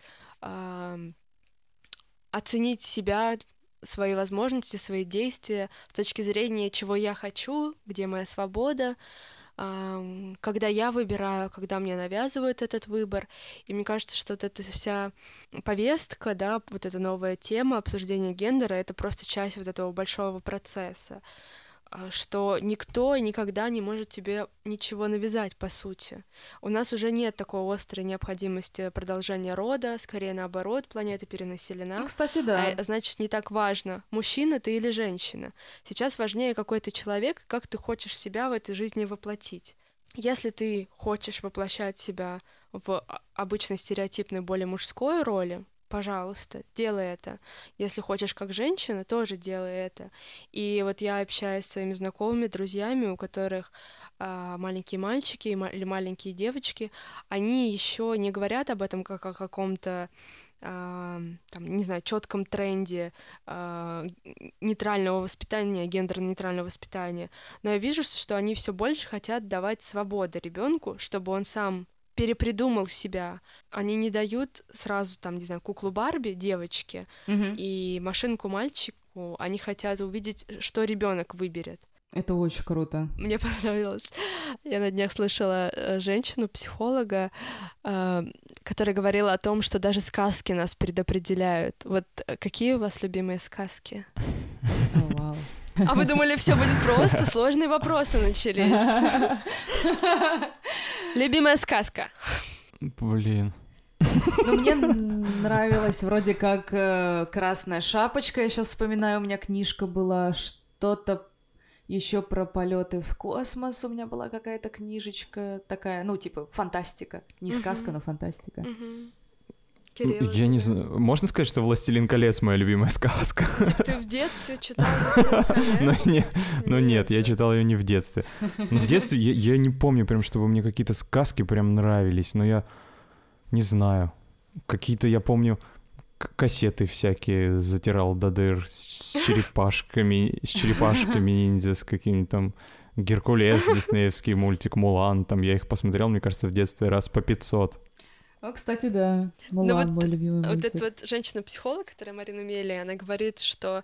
оценить себя, свои возможности, свои действия с точки зрения, чего я хочу, где моя свобода, когда я выбираю, когда мне навязывают этот выбор. И мне кажется, что вот эта вся повестка, да, вот эта новая тема обсуждения гендера, это просто часть вот этого большого процесса, что никто никогда не может тебе ничего навязать, по сути. У нас уже нет такой острой необходимости продолжения рода, скорее наоборот, планета перенаселена. Ну, кстати, да. Значит, не так важно, мужчина ты или женщина. Сейчас важнее, какой ты человек, как ты хочешь себя в этой жизни воплотить. Если ты хочешь воплощать себя в обычной стереотипной, более мужской роли, пожалуйста, делай это. Если хочешь как женщина, тоже делай это. И вот я общаюсь с своими знакомыми, друзьями, у которых маленькие мальчики или маленькие девочки, они еще не говорят об этом как о каком-то там, не знаю, четком тренде нейтрального воспитания, гендерно-нейтрального воспитания. Но я вижу, что они все больше хотят давать свободу ребенку, чтобы он сам перепридумал себя. Они не дают сразу, там, не знаю, куклу Барби девочке и машинку мальчику. Они хотят увидеть, что ребенок выберет. Это очень круто. Мне понравилось. Я на днях слышала женщину-психолога, которая говорила о том, что даже сказки нас предопределяют. Вот какие у вас любимые сказки? Вау. А вы думали, все будет просто? Сложные вопросы начались. Любимая сказка? Блин. Ну, мне нравилась вроде как «Красная шапочка». Я сейчас вспоминаю, у меня книжка была, что-то еще про полеты в космос. У меня была какая-то книжечка такая, ну, типа фантастика. Не сказка, но фантастика. Кирилл, я не знаю. Можно сказать, что «Властелин колец» моя любимая сказка? Типа ты в детстве читал «Властелин колец»? Нет, я читал ее не в детстве. Но в детстве я не помню прям, чтобы мне какие-то сказки прям нравились, но я не знаю. Какие-то, я помню, кассеты всякие затирал до дыр с черепашками ниндзя, с каким-нибудь там Геркулес, диснеевский мультик, Мулан. Там я их посмотрел, мне кажется, в детстве раз по 500. О, кстати, да. Мулан, мой любимый мультик. Вот эта вот женщина-психолог, которая Марина Мели, она говорит, что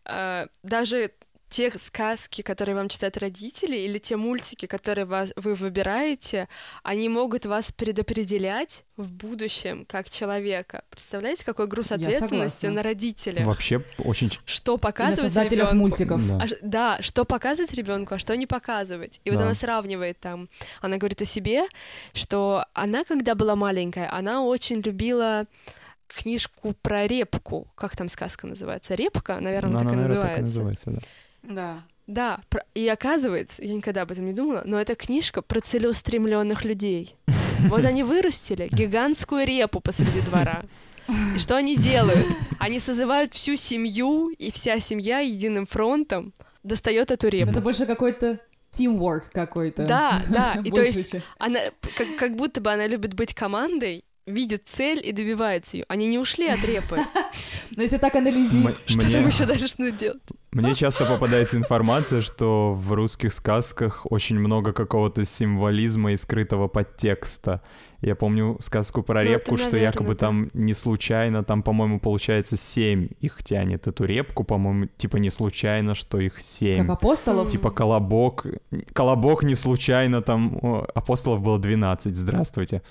даже те сказки, которые вам читают родители, или те мультики, которые вы выбираете, они могут вас предопределять в будущем как человека. Представляете, какой груз ответственности на родителя? Вообще очень... Что показывать создателях мультиков. Да, что показывать ребенку, а что не показывать. И вот она сравнивает там. Она говорит о себе, что она, когда была маленькая, она очень любила книжку про репку. Как там сказка называется? «Репка», наверное, так и называется. Так и называется, да. Да. Да, и оказывается, я никогда об этом не думала, но это книжка про целеустремленных людей. Вот они вырастили гигантскую репу посреди двора. И что они делают? Они созывают всю семью, и вся семья единым фронтом достает эту репу. Это больше какой-то teamwork какой-то. Да. И то есть она как будто бы она любит быть командой, видит цель и добивается ее. Они не ушли от репы. Но если так анализировать... Что там еще должны делать? Мне часто попадается информация, что в русских сказках очень много какого-то символизма и скрытого подтекста. Я помню сказку про репку, что якобы там не случайно, там, по-моему, получается 7 их тянет эту репку, по-моему, типа не случайно, что их 7. Как апостолов? Типа колобок не случайно, там апостолов было 12, здравствуйте.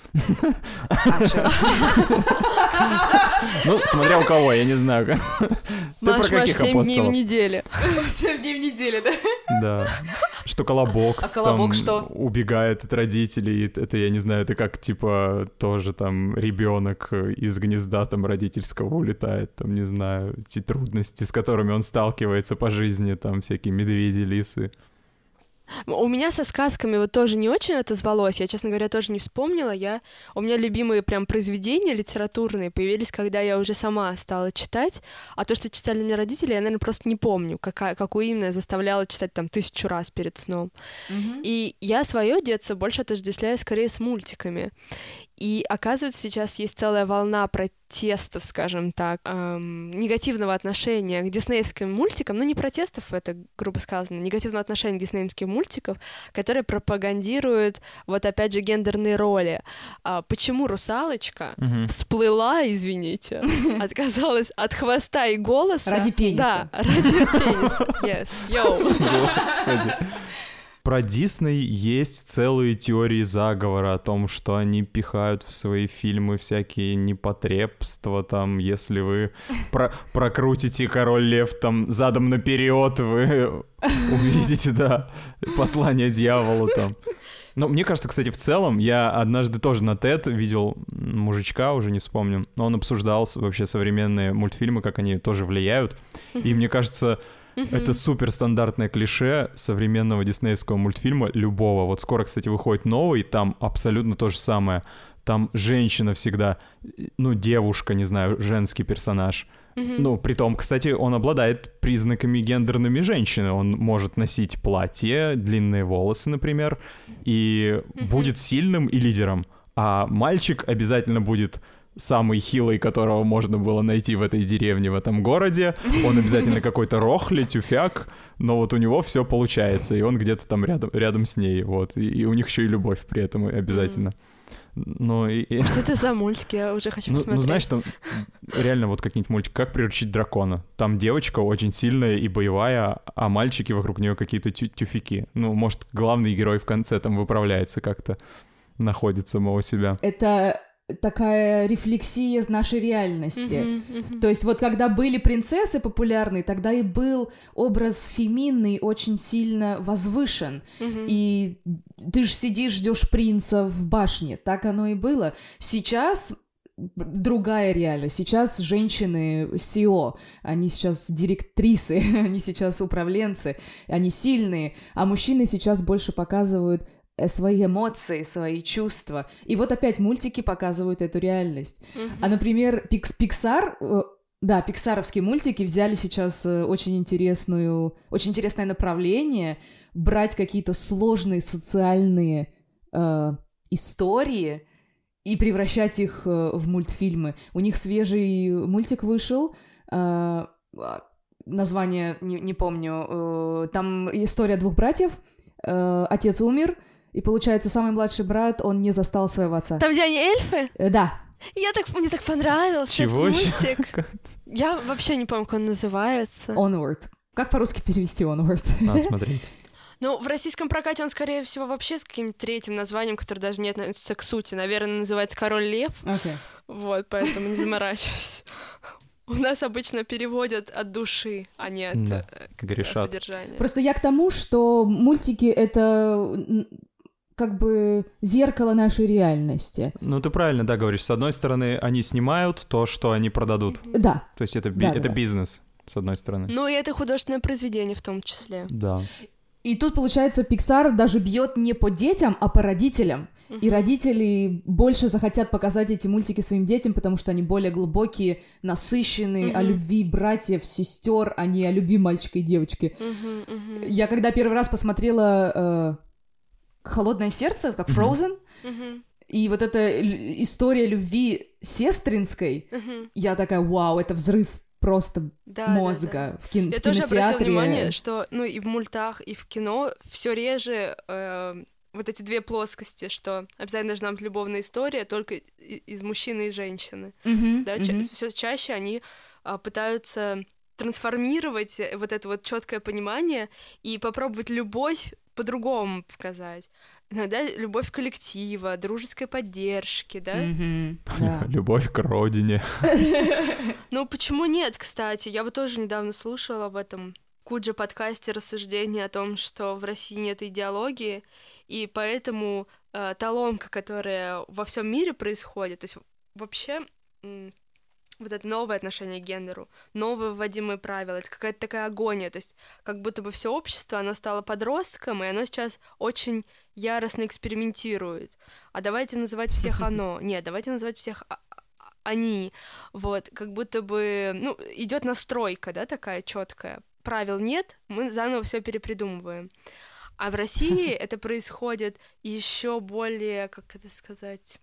Ну, смотря у кого, я не знаю. Ты про каких апостолов? 7 дней в неделю. 7 дней в неделю, да? Да. Что колобок колобок что? Убегает от родителей. Это, я не знаю, это как, типа, тоже там ребенок из гнезда там родительского улетает, там, не знаю, те трудности, с которыми он сталкивается по жизни, там, всякие медведи, лисы. У меня со сказками вот тоже не очень отозвалось, я, честно говоря, тоже не вспомнила. У меня любимые прям произведения литературные появились, когда я уже сама стала читать, а то, что читали мне родители, я, наверное, просто не помню, какую именно я заставляла читать там 1000 раз перед сном. И я свое детство больше отождествляю скорее с мультиками. И оказывается, сейчас есть целая волна протестов, скажем так, негативного отношения к диснеевским мультикам, ну не протестов, это грубо сказано, негативного отношения к диснеевским мультикам, которые пропагандируют вот опять же гендерные роли. Почему русалочка всплыла, извините, отказалась от хвоста и голоса? Ради пениса. Да, ради пениса. Yes, yo. Господи. Про Дисней есть целые теории заговора о том, что они пихают в свои фильмы всякие непотребства, там, если вы прокрутите «Король Лев» там задом наперед, вы увидите, да, послание дьяволу там. Но мне кажется, кстати, в целом, я однажды тоже на TED видел мужичка, уже не вспомню, но он обсуждал вообще современные мультфильмы, как они тоже влияют, и мне кажется, это суперстандартное клише современного диснеевского мультфильма, любого. Вот скоро, кстати, выходит новый, там абсолютно то же самое. Там женщина всегда, ну, девушка, не знаю, женский персонаж. Ну, притом, кстати, он обладает признаками гендерными женщины. Он может носить платье, длинные волосы, например, и будет сильным и лидером. А мальчик обязательно будет самый хилый, которого можно было найти в этой деревне, в этом городе. Он обязательно какой-то рохли, тюфяк, но вот у него все получается, и он где-то там рядом с ней, вот. И у них еще и любовь при этом обязательно. Ну, Что это за мультики? Я уже хочу посмотреть. Ну, знаешь, там реально вот какой-нибудь мультик «Как приручить дракона». Там девочка очень сильная и боевая, а мальчики вокруг нее какие-то тюфяки. Ну, может, главный герой в конце там выправляется как-то, находит самого себя. Это такая рефлексия нашей реальности. То есть вот когда были принцессы популярные, тогда и был образ феминный очень сильно возвышен. И ты же сидишь, ждешь принца в башне. Так оно и было. Сейчас другая реальность. Сейчас женщины CEO, они сейчас директрисы, они сейчас управленцы, они сильные, а мужчины сейчас больше показывают свои эмоции, свои чувства. И вот опять мультики показывают эту реальность. А, например, Pixar, пиксаровские мультики взяли сейчас очень интересное направление, брать какие-то сложные социальные истории и превращать их в мультфильмы. У них свежий мультик вышел, название не помню, там история двух братьев, отец умер, и, получается, самый младший брат, он не застал своего отца. Там, где они эльфы? Да. Мне так понравился Чего? этот мультик. Я вообще не помню, как он называется. Onward. Как по-русски перевести Onward? Надо смотреть. Ну, в российском прокате он, скорее всего, вообще с каким-то третьим названием, которое даже не относится к сути. Наверное, называется «Король Лев». Okay. Вот, поэтому не заморачивайся. У нас обычно переводят от души, а не от содержания. Просто я к тому, что мультики — это как бы зеркало нашей реальности. Ну, ты правильно, да, говоришь. С одной стороны, они снимают то, что они продадут. Да. То есть это бизнес, с одной стороны. Ну, и это художественное произведение в том числе. Да. И тут, получается, Pixar даже бьет не по детям, а по родителям. И родители больше захотят показать эти мультики своим детям, потому что они более глубокие, насыщенные, о любви братьев, сестер, а не о любви мальчика и девочки. Я когда первый раз посмотрела «Холодное сердце», как Frozen, и вот эта история любви сестринской, я такая, вау, это взрыв просто мозга. В кинотеатре. Я тоже обратила внимание, что и в мультах, и в кино все реже вот эти две плоскости, что обязательно должна быть любовная история только из мужчины и женщины. Все чаще они пытаются трансформировать вот это вот четкое понимание и попробовать любовь по-другому показать. Иногда любовь коллектива, дружеской поддержки, да? Любовь к родине. Ну, почему нет, кстати? Я вот тоже недавно слушала об этом Куджа подкасте рассуждения о том, что в России нет идеологии, и поэтому та ломка, которая во всем мире происходит, то есть вообще вот это новое отношение к гендеру, новые вводимые правила, это какая-то такая агония, то есть как будто бы все общество, оно стало подростком, и оно сейчас очень яростно экспериментирует. А давайте называть всех оно. Нет, давайте называть всех они. Вот, как будто бы, идет настройка, да, такая четкая. Правил нет, мы заново все перепридумываем. А в России это происходит еще более, как это сказать,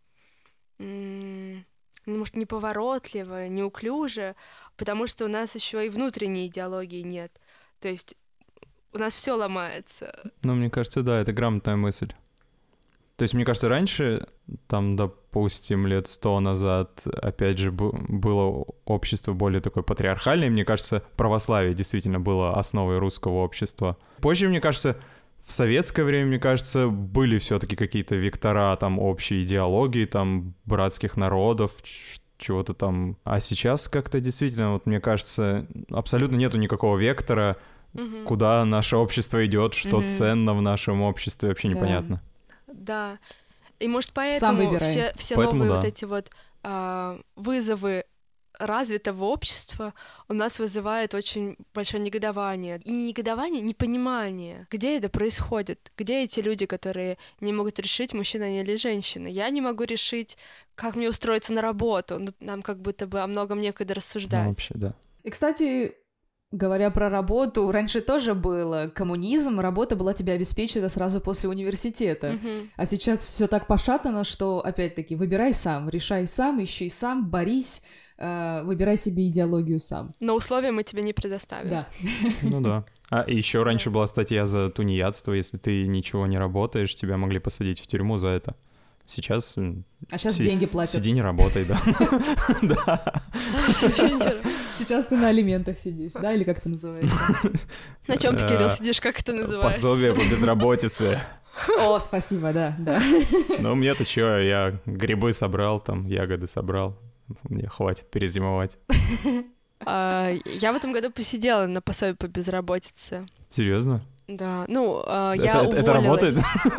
может, неповоротливо, неуклюже, потому что у нас еще и внутренней идеологии нет. То есть у нас все ломается. Ну, мне кажется, да, это грамотная мысль. То есть, мне кажется, раньше, там, допустим, лет 100 назад, опять же, было общество более такое патриархальное. Мне кажется, православие действительно было основой русского общества. Позже, мне кажется, в в советское время, мне кажется, были все-таки какие-то вектора там общей идеологии, там братских народов, чего-то там. А сейчас как-то действительно, вот мне кажется, абсолютно нету никакого вектора, куда наше общество идет, что ценно в нашем обществе, вообще непонятно. Да. И может поэтому все новые вот эти вот вызовы развитого общества у нас вызывает очень большое негодование. И не негодование, непонимание. Где это происходит? Где эти люди, которые не могут решить, мужчина они или женщина? Я не могу решить, как мне устроиться на работу. Ну, нам как будто бы о многом некогда рассуждать. Ну, вообще, да. И, кстати, говоря про работу, раньше тоже было коммунизм, работа была тебе обеспечена сразу после университета. А сейчас все так пошатано, что, опять-таки, выбирай сам, решай сам, ищи сам, борись, выбирай себе идеологию сам. Но условия мы тебе не предоставим. Да. Ну да. А еще раньше была статья за тунеядство, если ты ничего не работаешь, тебя могли посадить в тюрьму за это. Сейчас... А сейчас деньги платят. Сиди, не работай, да. Сейчас ты на алиментах сидишь, да? Или как это называется? На чем ты, Кирилл, сидишь? Как это называется? Пособие по безработице. О, спасибо, да. Ну, мне-то чё, я грибы собрал, там, ягоды собрал. Мне хватит перезимовать. Я в этом году посидела на пособие по безработице. Серьезно? Да, ну, я уволилась. Это работает?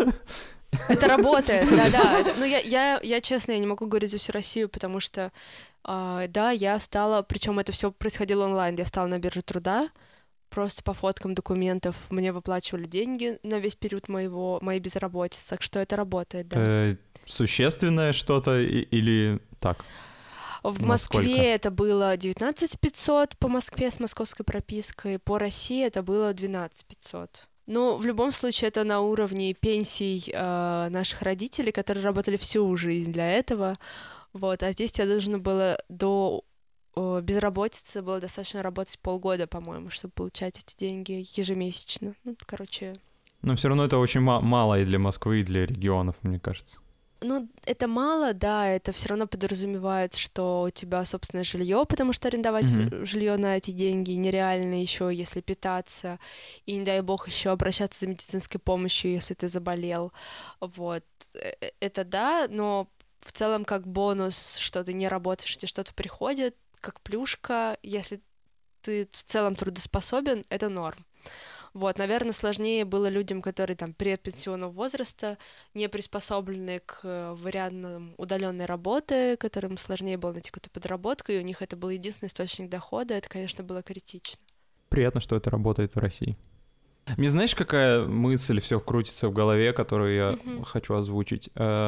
Это работает, да. Ну, я честно, я не могу говорить за всю Россию, потому что, да, я встала, причем это все происходило онлайн, я встала на биржу труда, просто по фоткам документов мне выплачивали деньги на весь период моей безработицы, так что это работает, да. Существенное что-то или так? В Москве это было 19 500 по Москве с московской пропиской, по России это было 12 500. Ну, в любом случае, это на уровне пенсий наших родителей, которые работали всю жизнь для этого. Вот, а здесь тебе должно было до безработицы было достаточно работать полгода, по-моему, чтобы получать эти деньги ежемесячно. Ну, короче... Но все равно это очень мало и для Москвы, и для регионов, мне кажется. Ну, это мало, да, это все равно подразумевает, что у тебя собственное жилье, потому что арендовать жилье на эти деньги нереально еще, если питаться, и не дай бог еще обращаться за медицинской помощью, если ты заболел. Вот, это да, но в целом как бонус, что ты не работаешь, тебе что-то приходит, как плюшка, если ты в целом трудоспособен, это норм. Вот, наверное, сложнее было людям, которые там предпенсионного возраста, не приспособлены к вариантам удаленной работы, которым сложнее было найти какую-то подработку, и у них это был единственный источник дохода, это, конечно, было критично. Приятно, что это работает в России. Мне знаешь, какая мысль все крутится в голове, которую я хочу озвучить?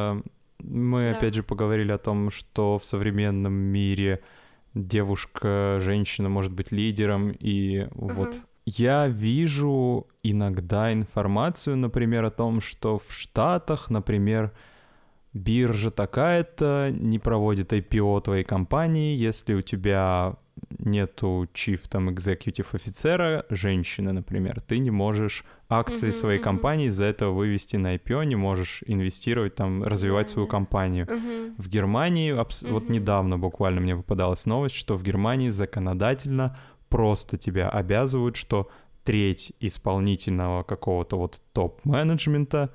Мы, опять же, поговорили о том, что в современном мире девушка, женщина может быть лидером, и вот... Я вижу иногда информацию, например, о том, что в Штатах, например, биржа такая-то не проводит IPO твоей компании, если у тебя нету chief, там, executive офицера, женщины, например, ты не можешь акции своей компании из-за этого вывести на IPO, не можешь инвестировать, там, развивать свою компанию. В Германии, вот недавно буквально мне попадалась новость, что в Германии законодательно просто тебя обязывают, что треть исполнительного какого-то вот топ-менеджмента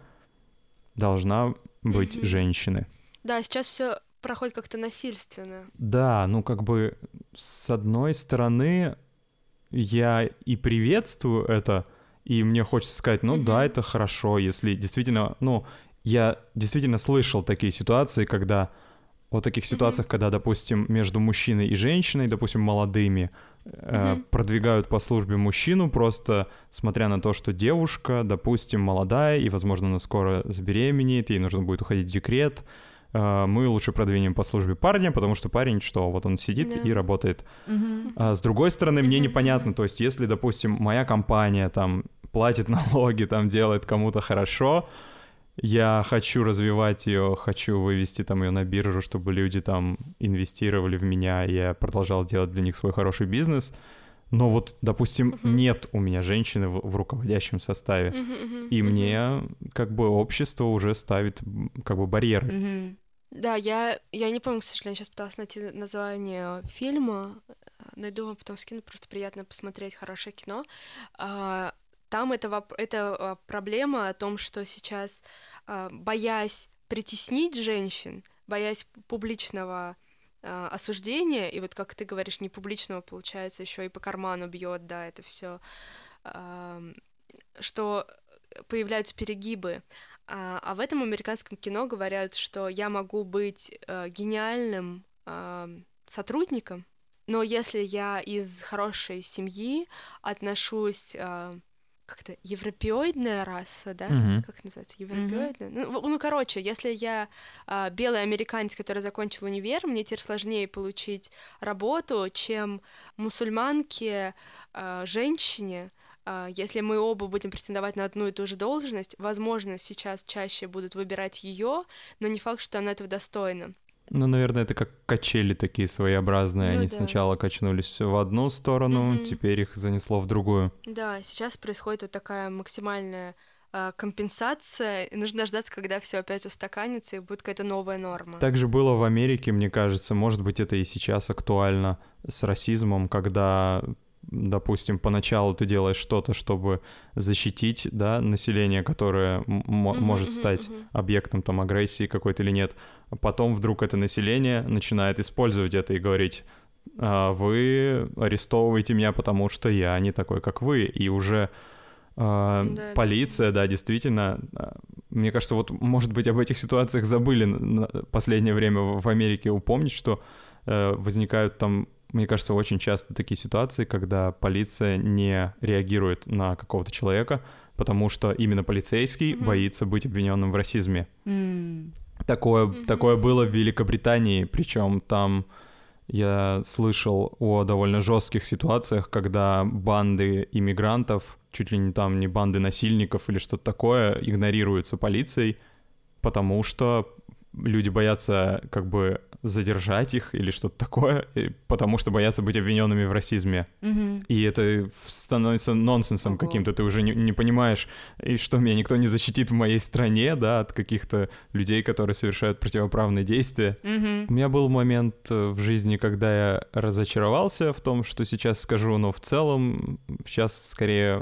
должна быть женщины. Да, сейчас все проходит как-то насильственно. Да, ну как бы с одной стороны я и приветствую это, и мне хочется сказать, ну да, это хорошо, если действительно, ну я действительно слышал такие ситуации, когда о таких ситуациях, когда, допустим, между мужчиной и женщиной, допустим, молодыми, продвигают по службе мужчину, просто смотря на то, что девушка, допустим, молодая, и, возможно, она скоро забеременеет, ей нужно будет уходить в декрет, мы лучше продвинем по службе парня, потому что парень, что, вот он сидит и работает. А с другой стороны, мне непонятно, то есть если, допустим, моя компания там платит налоги, там делает кому-то хорошо, я хочу развивать ее, хочу вывести там ее на биржу, чтобы люди там инвестировали в меня, и я продолжал делать для них свой хороший бизнес. Но вот, допустим, нет у меня женщины в руководящем составе, и мне как бы общество уже ставит как бы барьеры. Да, я не помню, к сожалению, сейчас пыталась найти название фильма, найду вам потом скину, просто приятно посмотреть хорошее кино. Там это проблема о том, что сейчас, боясь притеснить женщин, боясь публичного осуждения, и вот как ты говоришь, не публичного, получается, еще и по карману бьет, да, это все, что появляются перегибы. А в этом американском кино говорят, что я могу быть гениальным сотрудником, но если я из хорошей семьи, отношусь как-то европеоидная раса, да? Как называется? Европеоидная? Ну, короче, если я белый американец, который закончил универ, мне теперь сложнее получить работу, чем мусульманке, женщине. Если мы оба будем претендовать на одну и ту же должность, возможно, сейчас чаще будут выбирать ее, но не факт, что она этого достойна. Ну, наверное, это как качели такие своеобразные. Они сначала качнулись в одну сторону, теперь их занесло в другую. Да, сейчас происходит вот такая максимальная компенсация, и нужно дождаться, когда все опять устаканится, и будет какая-то новая норма. Так же было в Америке, мне кажется. Может быть, это и сейчас актуально с расизмом, когда, допустим, поначалу ты делаешь что-то, чтобы защитить, да, население, которое может стать объектом там агрессии какой-то или нет. А потом вдруг это население начинает использовать это и говорить: вы арестовываете меня, потому что я не такой, как вы. И уже полиция, да, действительно, мне кажется, вот, может быть, об этих ситуациях забыли в последнее время в Америке упомнить, что возникают там, мне кажется, очень часто такие ситуации, когда полиция не реагирует на какого-то человека, потому что именно полицейский боится быть обвиненным в расизме. Такое было в Великобритании, причем там я слышал о довольно жестких ситуациях, когда банды иммигрантов, чуть ли не там не банды насильников или что-то такое, игнорируются полицией, потому что люди боятся как бы задержать их или что-то такое, потому что боятся быть обвиненными в расизме. И это становится нонсенсом каким-то. Ты уже не понимаешь, и что меня никто не защитит в моей стране, да, от каких-то людей, которые совершают противоправные действия. У меня был момент в жизни, когда я разочаровался в том, что сейчас скажу, но в целом сейчас скорее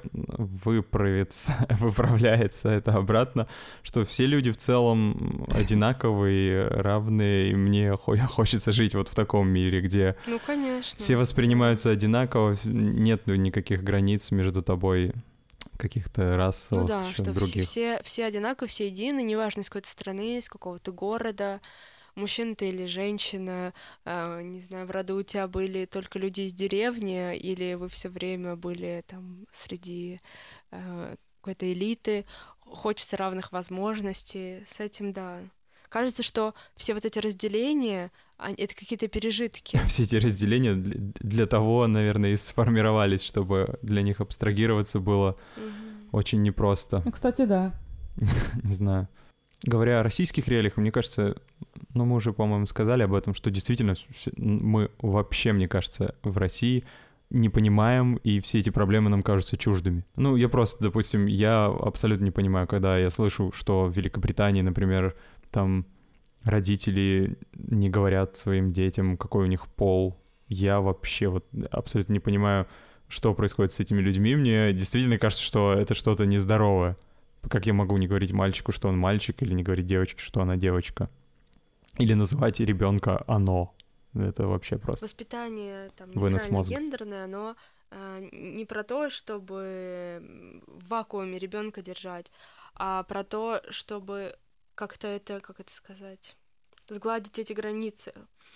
выправляется это обратно, что все люди в целом одинаковые, равные, и мне хочется жить вот в таком мире, где все воспринимаются одинаково, нет никаких границ между тобой, каких-то расовых, ну да, что других. Все одинаковы, все едины, неважно, из какой-то страны, из какого-то города, мужчина ты или женщина, не знаю, в роду у тебя были только люди из деревни, или вы все время были там среди какой-то элиты, хочется равных возможностей, с этим, да. Кажется, что все вот эти разделения, это какие-то пережитки. Все эти разделения для того, наверное, и сформировались, чтобы для них абстрагироваться было очень непросто. Ну, кстати, да. Не знаю. Говоря о российских реалиях, мне кажется, ну, мы уже, по-моему, сказали об этом, что действительно мы вообще, мне кажется, в России не понимаем, и все эти проблемы нам кажутся чуждыми. Ну, я просто, допустим, я абсолютно не понимаю, когда я слышу, что в Великобритании, например, там родители не говорят своим детям, какой у них пол. Я вообще вот абсолютно не понимаю, что происходит с этими людьми. Мне действительно кажется, что это что-то нездоровое. Как я могу не говорить мальчику, что он мальчик, или не говорить девочке, что она девочка? Или называть ребенка «оно». Это вообще просто воспитание там нейтрально-гендерное, оно не про то, чтобы в вакууме ребенка держать, а про то, чтобы как-то это, как это сказать, сгладить эти границы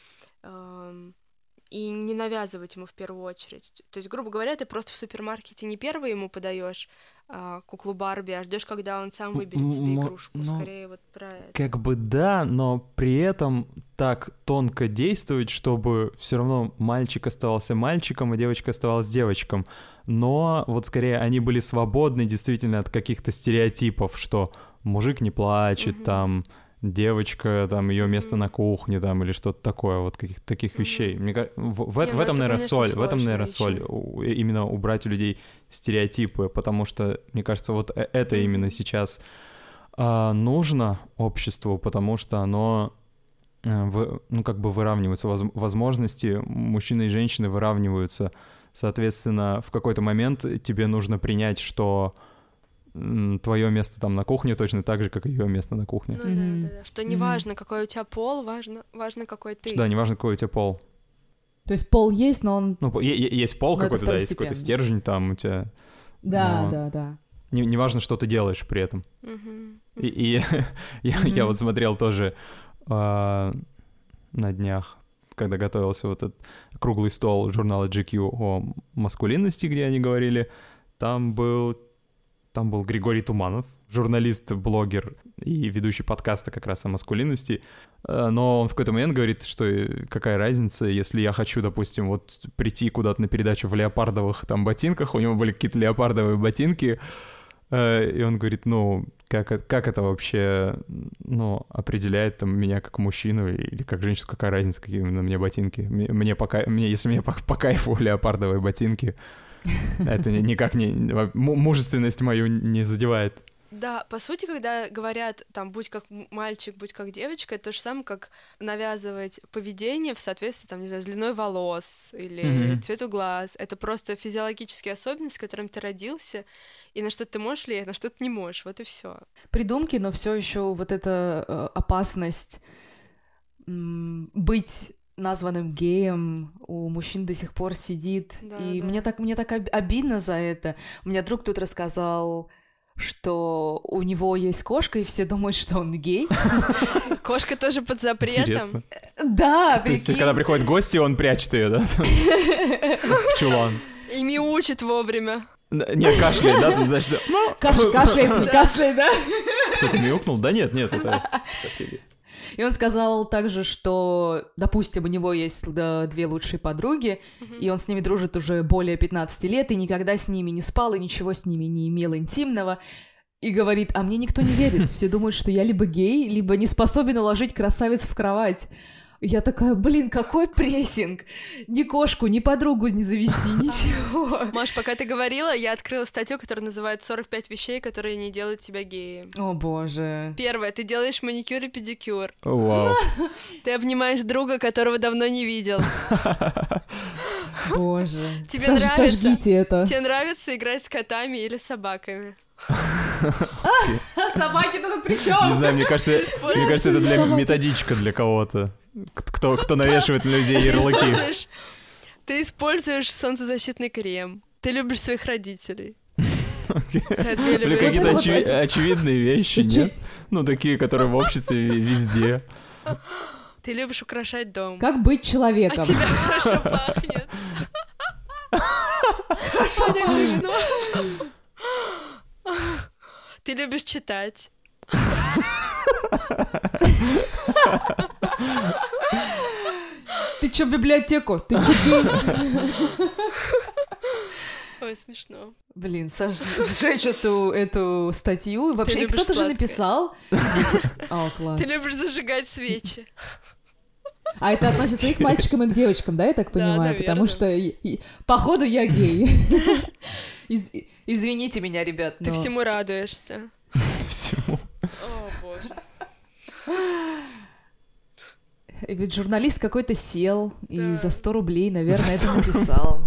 и не навязывать ему в первую очередь. То есть, грубо говоря, ты просто в супермаркете не первый ему подаешь куклу Барби, а ждешь, когда он сам выберет себе игрушку. Скорее вот про это. Как бы да, но при этом так тонко действовать, чтобы все равно мальчик оставался мальчиком, а девочка оставалась девочком. Но вот скорее они были свободны действительно от каких-то стереотипов, что мужик не плачет, там девочка, там ее место на кухне, там или что-то такое, вот каких-то таких вещей. Мне кажется, в этом, наверное, соль. В этом, наверное, соль. Именно убрать у людей стереотипы, потому что, мне кажется, вот это именно сейчас нужно обществу, потому что оно ну, как бы выравниваются возможности, мужчины и женщины выравниваются Соответственно, в какой-то момент тебе нужно принять, что твое место там на кухне точно так же, как и ее место на кухне. Ну да. Что не важно, какой у тебя пол, важно, какой ты. Да, не важно, какой у тебя пол. То есть пол есть, но он... Ну, есть пол какой-то, да, есть какой-то стержень там у тебя. Да. Не важно, что ты делаешь при этом. И я вот смотрел тоже на днях, когда готовился вот этот круглый стол журнала GQ о маскулинности, где они говорили, там был Григорий Туманов, журналист, блогер и ведущий подкаста как раз о маскулинности, но он в какой-то момент говорит, что какая разница, если я хочу, допустим, вот прийти куда-то на передачу в леопардовых там ботинках, у него были какие-то леопардовые ботинки, и он говорит, ну, как это вообще, ну, определяет там меня как мужчину или как женщину, какая разница, какие на мне ботинки. Если мне по кайфу леопардовые ботинки, это никак не... мужественность мою не задевает. Да, по сути, когда говорят, там, будь как мальчик, будь как девочка, это то же самое, как навязывать поведение в соответствии, там, не знаю, с длиной волос или цвету глаз. Это просто физиологические особенности, с которыми ты родился, и на что ты можешь влиять, на что ты не можешь, вот и все. Придумки, но все еще вот эта опасность быть названным геем у мужчин до сих пор сидит. Да, и да. мне так обидно за это. У меня друг тут рассказал, что у него есть кошка, и все думают, что он гей. Кошка тоже под запретом. Интересно. Да, То есть, когда приходят гости, он прячет ее, да? В чулан. И мяучит вовремя. Нет, кашляет, да? Ты знаешь, что... Кашляет, да? Кто-то мяукнул? Да нет, это... И он сказал также, что, допустим, у него есть 2 лучшие подруги, и он с ними дружит уже более 15 лет, и никогда с ними не спал, и ничего с ними не имел интимного. И говорит, а мне никто не верит, все думают, что я либо гей, либо не способен уложить красавиц в кровать. И я такая, какой прессинг! Ни кошку, ни подругу не завести, ничего. Маш, пока ты говорила, я открыла статью, которая называется «45 вещей, которые не делают тебя геем». О, боже. Первое, ты делаешь маникюр и педикюр. Вау. Ты обнимаешь друга, которого давно не видел. Боже. Тебе нравится? Сожгите это. Тебе нравится играть с котами или собаками? Собаки тут при чем? Не знаю, мне кажется, это методичка для кого-то. Кто навешивает на людей ярлыки. Ты используешь солнцезащитный крем. Ты любишь своих родителей. Или какие-то очевидные вещи, нет? Ну, такие, которые в обществе везде. Ты любишь украшать дом. Как быть человеком? А тебя хорошо пахнет. Хорошо, не смешно. Ты любишь читать. Ты чё в библиотеку? Ты чё гей? Ой, смешно. Блин, сжечь эту статью. Вообще, кто-то же написал. О, класс. Ты любишь зажигать свечи. А это относится и к мальчикам, и к девочкам, да, я так понимаю? Да, потому что, походу, я гей. Извините меня, ребят. Ты всему радуешься. Всему. О, боже. И ведь журналист какой-то сел и за 100 рублей, наверное, это написал.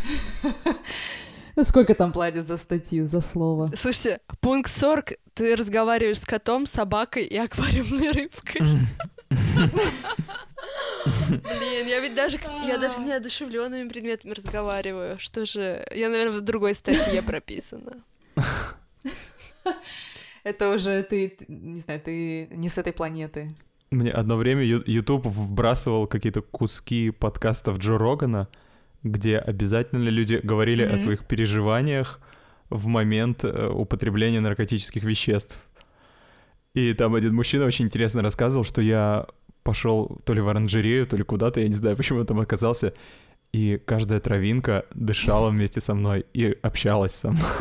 Ну, сколько там платят за статью, за слово? Слушайте, пункт 40. Ты разговариваешь с котом, собакой и аквариумной рыбкой. Блин, я даже не неодушевленными предметами разговариваю. Что же? Я, наверное, в другой статье прописана. Это уже ты, не знаю, ты не с этой планеты. Мне одно время YouTube вбрасывал какие-то куски подкастов Джо Рогана, где обязательно люди говорили о своих переживаниях в момент употребления наркотических веществ. И там один мужчина очень интересно рассказывал, что я пошел то ли в оранжерею, то ли куда-то, я не знаю, почему я там оказался, и каждая травинка дышала вместе со мной и общалась со мной.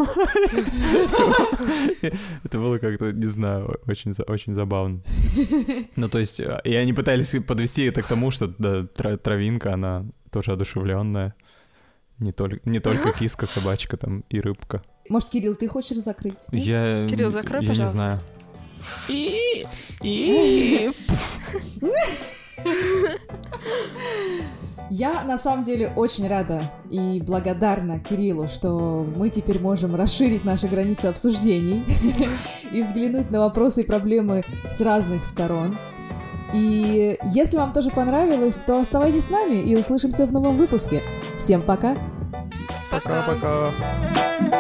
Это было как-то, не знаю, очень забавно. Ну, то есть, и они пытались подвести это к тому, что травинка, она тоже одушевленная. Не только киска, собачка там и рыбка. Может, Кирилл, ты хочешь закрыть? Кирилл, закрой, я пожалуйста. Я не знаю. Я, на самом деле, очень рада и благодарна Кириллу, что мы теперь можем расширить наши границы обсуждений и взглянуть на вопросы и проблемы с разных сторон. И если вам тоже понравилось, то оставайтесь с нами и услышимся в новом выпуске. Всем пока! Пока! Пока-пока!